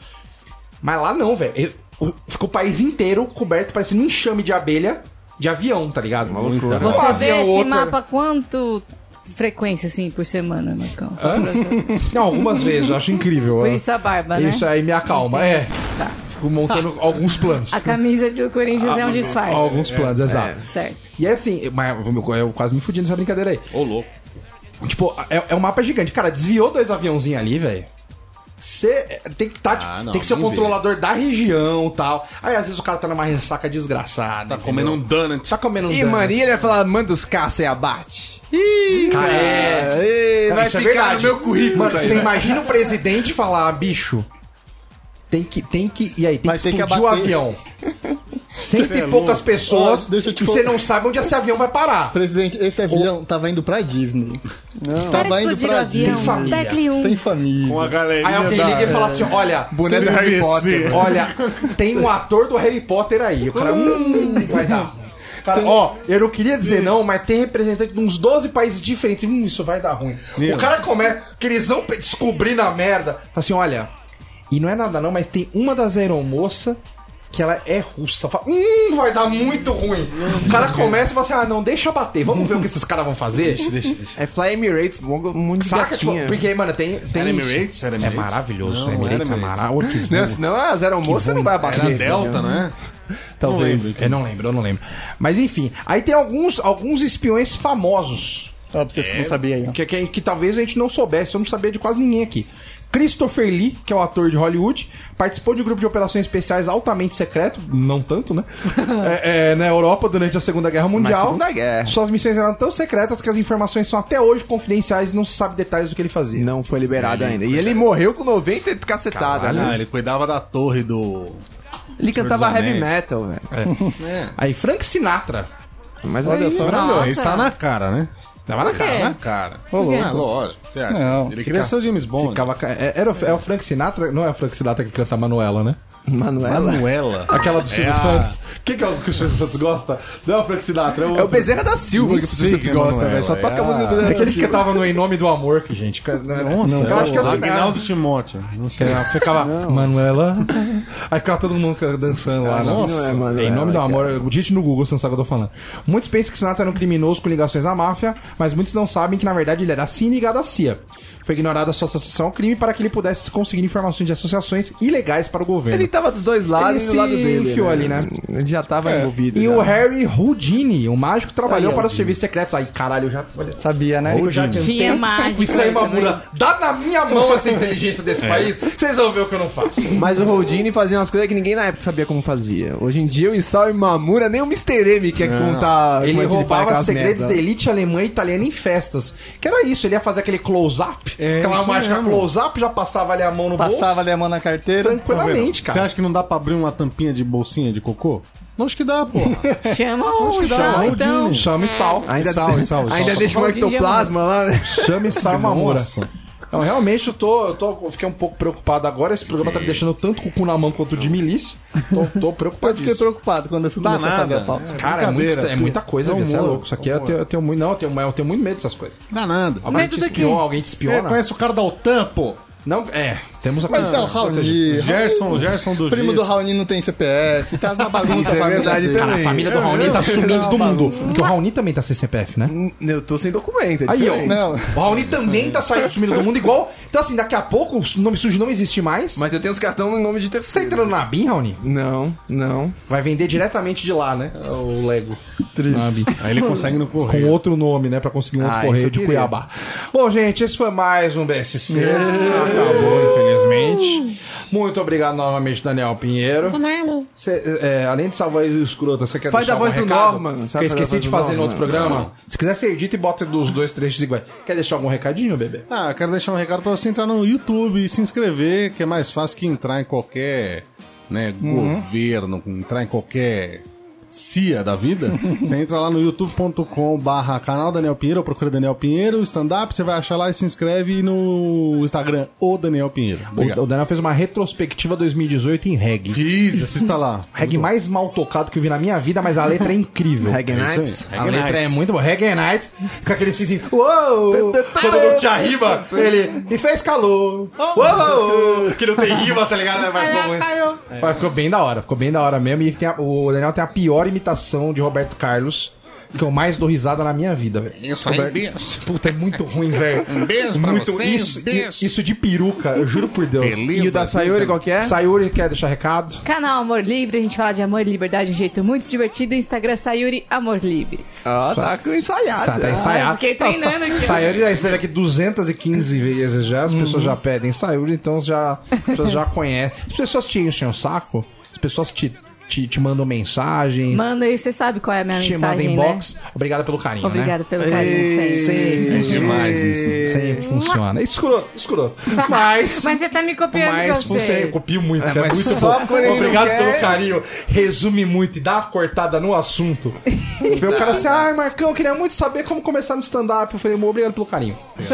Mas lá não, velho. Ficou o país inteiro coberto, parecendo um enxame de abelha de avião, tá ligado? Uma loucura. Você Um vê avião, esse outro- mapa quanto frequência, assim, por semana, Marcão? Só pra você- Não, algumas vezes, eu acho incrível. Por isso a barba, né? Isso aí me acalma, Tá. Fico montando alguns planos. A camisa do Corinthians é um disfarce. Alguns planos, exato. Certo. E é assim, mas eu quase me fudi nessa brincadeira aí. Ô, louco. Tipo, é um mapa gigante. Cara, desviou 2 aviãozinhos ali, velho. Você tem que não, tem que ser o nem controlador da região e tal. Aí às vezes o cara tá numa ressaca desgraçada. Tá comendo um donut. Tá comendo um E donuts. Maria vai falar, manda os caça e abate. Cara, Vai isso é ficar verdade. no meu currículo. Mano, isso aí, você né? imagina o presidente falar, bicho, tem que. E aí, tem Mas que tem que explodir o abater. avião. Cento Você e é poucas pessoas. Ó, deixa eu te e falar. você não sabe onde esse avião vai parar. Presidente, esse avião tava indo pra Disney. Para Tava indo explodir o pra avião. Tem família. Beckle 1. Tem família. Com a galerinha Aí alguém liga e fala assim: olha, Boneco do Harry Potter. olha, tem um ator do Harry Potter aí. O cara, vai dar. Cara, ó, eu não queria dizer não, mas tem representante de uns 12 países diferentes. Isso vai dar ruim. O cara começa, que eles vão descobrir na merda. Fala assim: olha, e não é nada não, mas tem uma das aeromoças que ela é russa. Fala, vai dar muito ruim. O cara começa e fala assim: não, deixa bater, vamos ver o que esses caras vão fazer. Deixa. É Fly Emirates, muito de Saca, tipo, gatinha. porque, mano, tem Era isso. Emirates? Era É Emirates? maravilhoso. Não, Emirates é era Emirates. maravilhoso. Não, senão a Zero Moça não vai abater. Era Delta, né? Talvez. Não lembro. Eu não lembro. Mas enfim, aí tem alguns espiões famosos Ó, pra você não sabia aí, ó. que talvez a gente não soubesse, eu não sabia de quase ninguém aqui. Christopher Lee, que é um ator de Hollywood, participou de um grupo de operações especiais altamente secreto, não tanto, né? Na Europa durante a Segunda Guerra Mundial. Segunda Guerra. Suas missões eram tão secretas que as informações são até hoje confidenciais e não se sabe detalhes do que ele fazia. Não foi liberado ainda. E ele morreu com 90 cacetada, Ah, né? ele cuidava da torre do... Ele cantava dos heavy Anéis. metal, velho. Aí Frank Sinatra. Mas Olha aí, só. Nossa. Isso tá na cara, né? Tava na Por quê? cara, Na né? cara. louco. Ah, lógico. Você acha? Não. Ele queria ser o James Bond. É o Frank Sinatra? Não é o Frank Sinatra que canta Manuela, né? Manuela. Manuela. Aquela do Silvio a- Santos. O que é o que o Silvio Santos gosta? Não é o Frank Sinatra, É o Bezerra da Silva Nem que o sei Santos quem é gosta, Manuela, velho. Só toca é a música do É Bezerra aquele da que Silva. cantava no Em Nome do Amor, que gente. Nossa, eu acho que é assim. Agnaldo Timóteo. Não sei. Ficava Manuela. Aí ficava todo mundo dançando lá. Não é Manuela, Em Nome do cara. Amor. Digite no Google, se não sabe o que eu tô falando. Muitos pensam que Sinatra era um criminoso com ligações à máfia, mas muitos não sabem que na verdade ele era assim ligado à CIA. foi ignorada a sua associação ao crime para que ele pudesse conseguir informações de associações ilegais para o governo. Ele tava dos dois lados Ele e do lado se dele. enfiou ali, né? Ele já tava envolvido. E já. o Harry Houdini, um mágico, trabalhou Aí, para os Houdini. serviços secretos. Aí, caralho, eu já... Olha, Sabia, né? eu já adiantei. Tinha mágico. Isso aí, também. Mamura. Dá na minha mão essa inteligência desse país. Vocês vão ver o que eu não faço. Mas o Houdini fazia umas coisas que ninguém na época sabia como fazia. Hoje em dia, o Isao e Mamura, nem o Mr. M quer contar Ele como é que faz roubava aquelas segredos merda. da elite alemã e italiana em festas. Que era isso, ele ia fazer aquele close-up. Aquela isso mágica mesmo. close-up, já passava ali a mão no bolso. Passava ali a mão na carteira. Tranquilamente, Você cara. acha que não dá pra abrir uma tampinha de bolsinha de cocô? Não, acho que dá, pô. Chama o que dá, Sal, Houdini. então. Chame Sal. Ainda, Sal. ainda deixa o Houdini ectoplasma lá, né? Chame Sal Mamura. Nossa. Não, realmente eu fiquei um pouco preocupado agora. Esse programa tá me deixando tanto com o cu na mão quanto o de milícia. Tô Eu fiquei preocupadíssimo. preocupado quando eu fui começar a fazer a pauta. Cara, é muita coisa, velho. Você é humor, louco. Isso aqui eu tenho muito. Não, eu tenho muito medo dessas coisas. Dá nada. Alguém te espiou, alguém te espiona? Conhece o cara da OTAN, pô? Não, temos a Mas é o Raoni. Gerson do Primo do Giz. Raoni não tem CPF. Tá uma bagunça Isso é a família verdade dele. Cara, a família do Raoni tá sumindo do mundo. bagunça. Porque o Raoni também tá sem CPF, né? Eu tô sem documento. É Aí, ó. diferente. Não. O Raoni também tá sumindo do mundo igual. Então, assim, daqui a pouco o nome sujo não existe mais. Mas eu tenho os cartões em nome de Você tá terceiro. entrando na BIM, Raoni? Não. Vai vender diretamente de lá, né? O Lego. Na BIM. Aí ele consegue no Com correio. outro nome, né? Pra conseguir um outro Ah, correio isso eu de queria. Cuiabá. Bom, gente, esse foi mais um BSC. Acabou, infelizmente. Muito obrigado novamente, Daniel Pinheiro. Além de salvar o escroto, você quer Faz deixar a voz algum do recado? Norman, Que sabe eu fazer a esqueci voz de do fazer no Norman? outro programa. Se quiser, você edita e bota dos dois trechos iguais. Quer deixar algum recadinho, bebê? Ah, eu quero deixar um recado pra você entrar no YouTube e se inscrever, que é mais fácil que entrar em qualquer governo, entrar em qualquer CIA da vida. Você entra lá no youtube.com/canal Daniel Pinheiro, ou procura Daniel Pinheiro, stand-up, você vai achar lá e se inscreve, e no Instagram, o Daniel Pinheiro. Obrigado. O Daniel fez uma retrospectiva 2018 em reggae. Fiz, assista lá. Reggae mais mal tocado que eu vi na minha vida, mas a letra é incrível. Reggae É isso aí. Nights. A letra é muito boa. Reggae Night, com aqueles fizinhos. Uou! Quando não tinha rima, ele. E fez calor. Uou! Que não tem rima, tá ligado? Mas ficou bem da hora. Ficou bem da hora mesmo. E o Daniel tem a pior imitação de Roberto Carlos, que eu mais dou risada na minha vida, velho. Isso aí, beijo. Puta, é muito ruim, velho. Um beijo pra Muito vocês, isso, beijo. isso de peruca, eu juro por Deus. Feliz E o da Sayuri qual que é? Sayuri, quer deixar recado? Canal Amor Livre, a gente fala de amor e liberdade de um jeito muito divertido. Instagram Sayuri Amor Livre. Ó, tá com ensaiado. Tá ensaiado. fiquei treinando aqui. Sayuri já esteve aqui 215 vezes já, as pessoas já pedem Sayuri, então as pessoas já conhecem. As pessoas te enchem o saco, as pessoas te mandam mensagens, Manda aí, você sabe qual é a minha te mandam mensagem, né? inbox. Obrigado pelo carinho, Obrigada né? pelo carinho sempre. Sempre demais isso. Sempre funciona. Escroto. Mas Mas você tá me copiando que eu funciona. sei. Eu copio muito, cara. É mas muito só bom. quando ele não Obrigado quer. pelo carinho. Resume muito e dá uma cortada no assunto. Vê o cara assim, Marcão, eu queria muito saber como começar no stand-up. Eu falei, obrigado pelo carinho.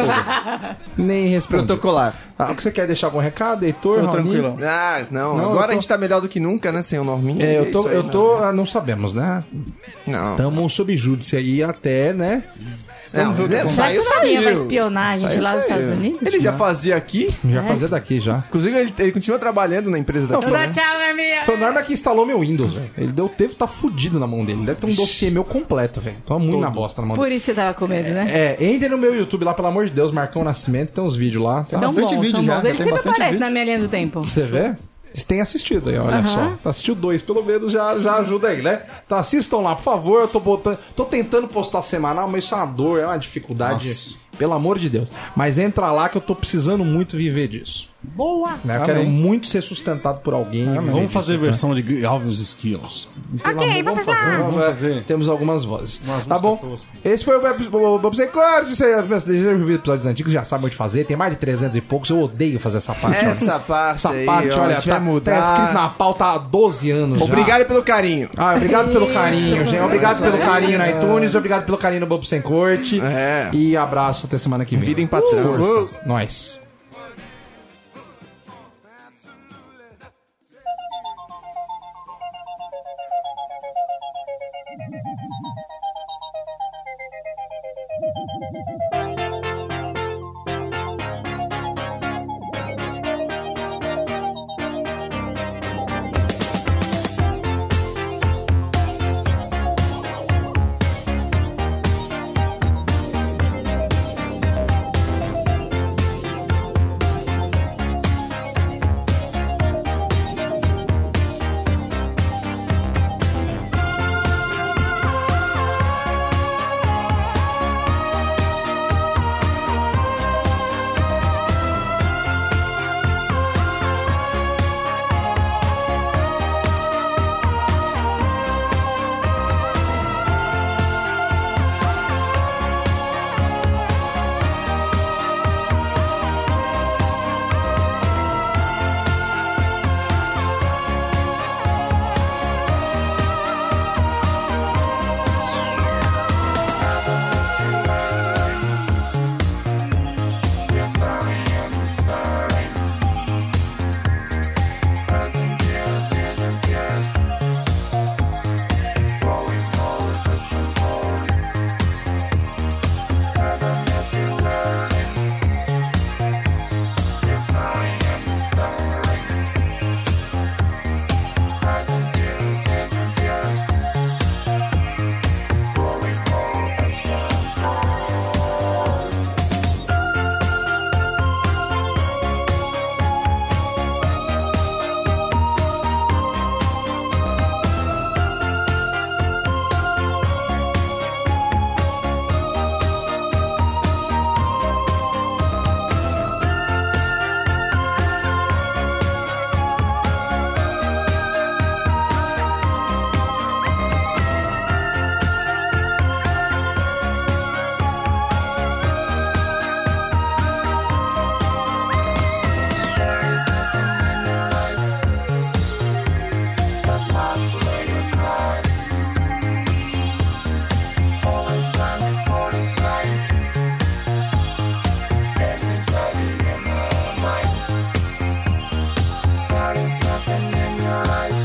Nem respondo. Protocolar. Você quer deixar algum recado, Heitor? Tô Raoni? tranquilão. Ah, não. Não, Agora eu tô- a gente tá melhor do que nunca, né? Sem o Norminho. Eu tô. Não sabemos, né? Não. Estamos sob júdice aí até, né? Não, Será que o Norminha vai espionar a gente Saiu, lá nos saiu. Estados Unidos? Ele já fazia aqui. Já fazer daqui já. Inclusive, ele continua trabalhando na empresa daqui. Dá tchau, Norminha. Foi o Norma que instalou meu Windows, velho. Ele tá fudido na mão dele. Ele deve ter um dossiê meu completo, velho. Tô muito na bosta na mão Por dele. isso você tava com medo, né? Entre no meu YouTube lá, pelo amor de Deus, Marcão Nascimento, tem uns vídeos lá. Tá? Tão bastante bons, vídeo são já, bons. já Ele tem sempre bastante aparece vídeo. na minha linha do tempo. Você vê? Vocês têm assistido aí, olha só. Assistiu 2, pelo menos já ajuda aí, né? Então assistam lá, por favor. Eu tô tentando postar semanal, mas isso é uma dor, é uma dificuldade. Nossa. Pelo amor de Deus. Mas entra lá que eu tô precisando muito viver disso. Boa! Eu Amém. quero muito ser sustentado por alguém. viver Vamos disso, fazer né? versão de Alves Skills. Ok, vamos fazer. Vamos fazer. Temos algumas vozes. Umas Tá músicas bom? toscas. Esse foi o Bob Sem Corte. Você deseja ouvir episódios antigos, já sabe onde fazer. Tem mais de 300 e poucos. Eu odeio fazer essa parte. Essa parte Essa aí, parte, ó, olha, a gente vai tá mudar. escrito na pauta há 12 anos já. Obrigado pelo carinho. Obrigado pelo carinho, gente. Obrigado pelo carinho na iTunes. Obrigado pelo carinho no Bobo Sem Corte. É. E abraço até semana que vem. Vida em patrão. Nós. mais.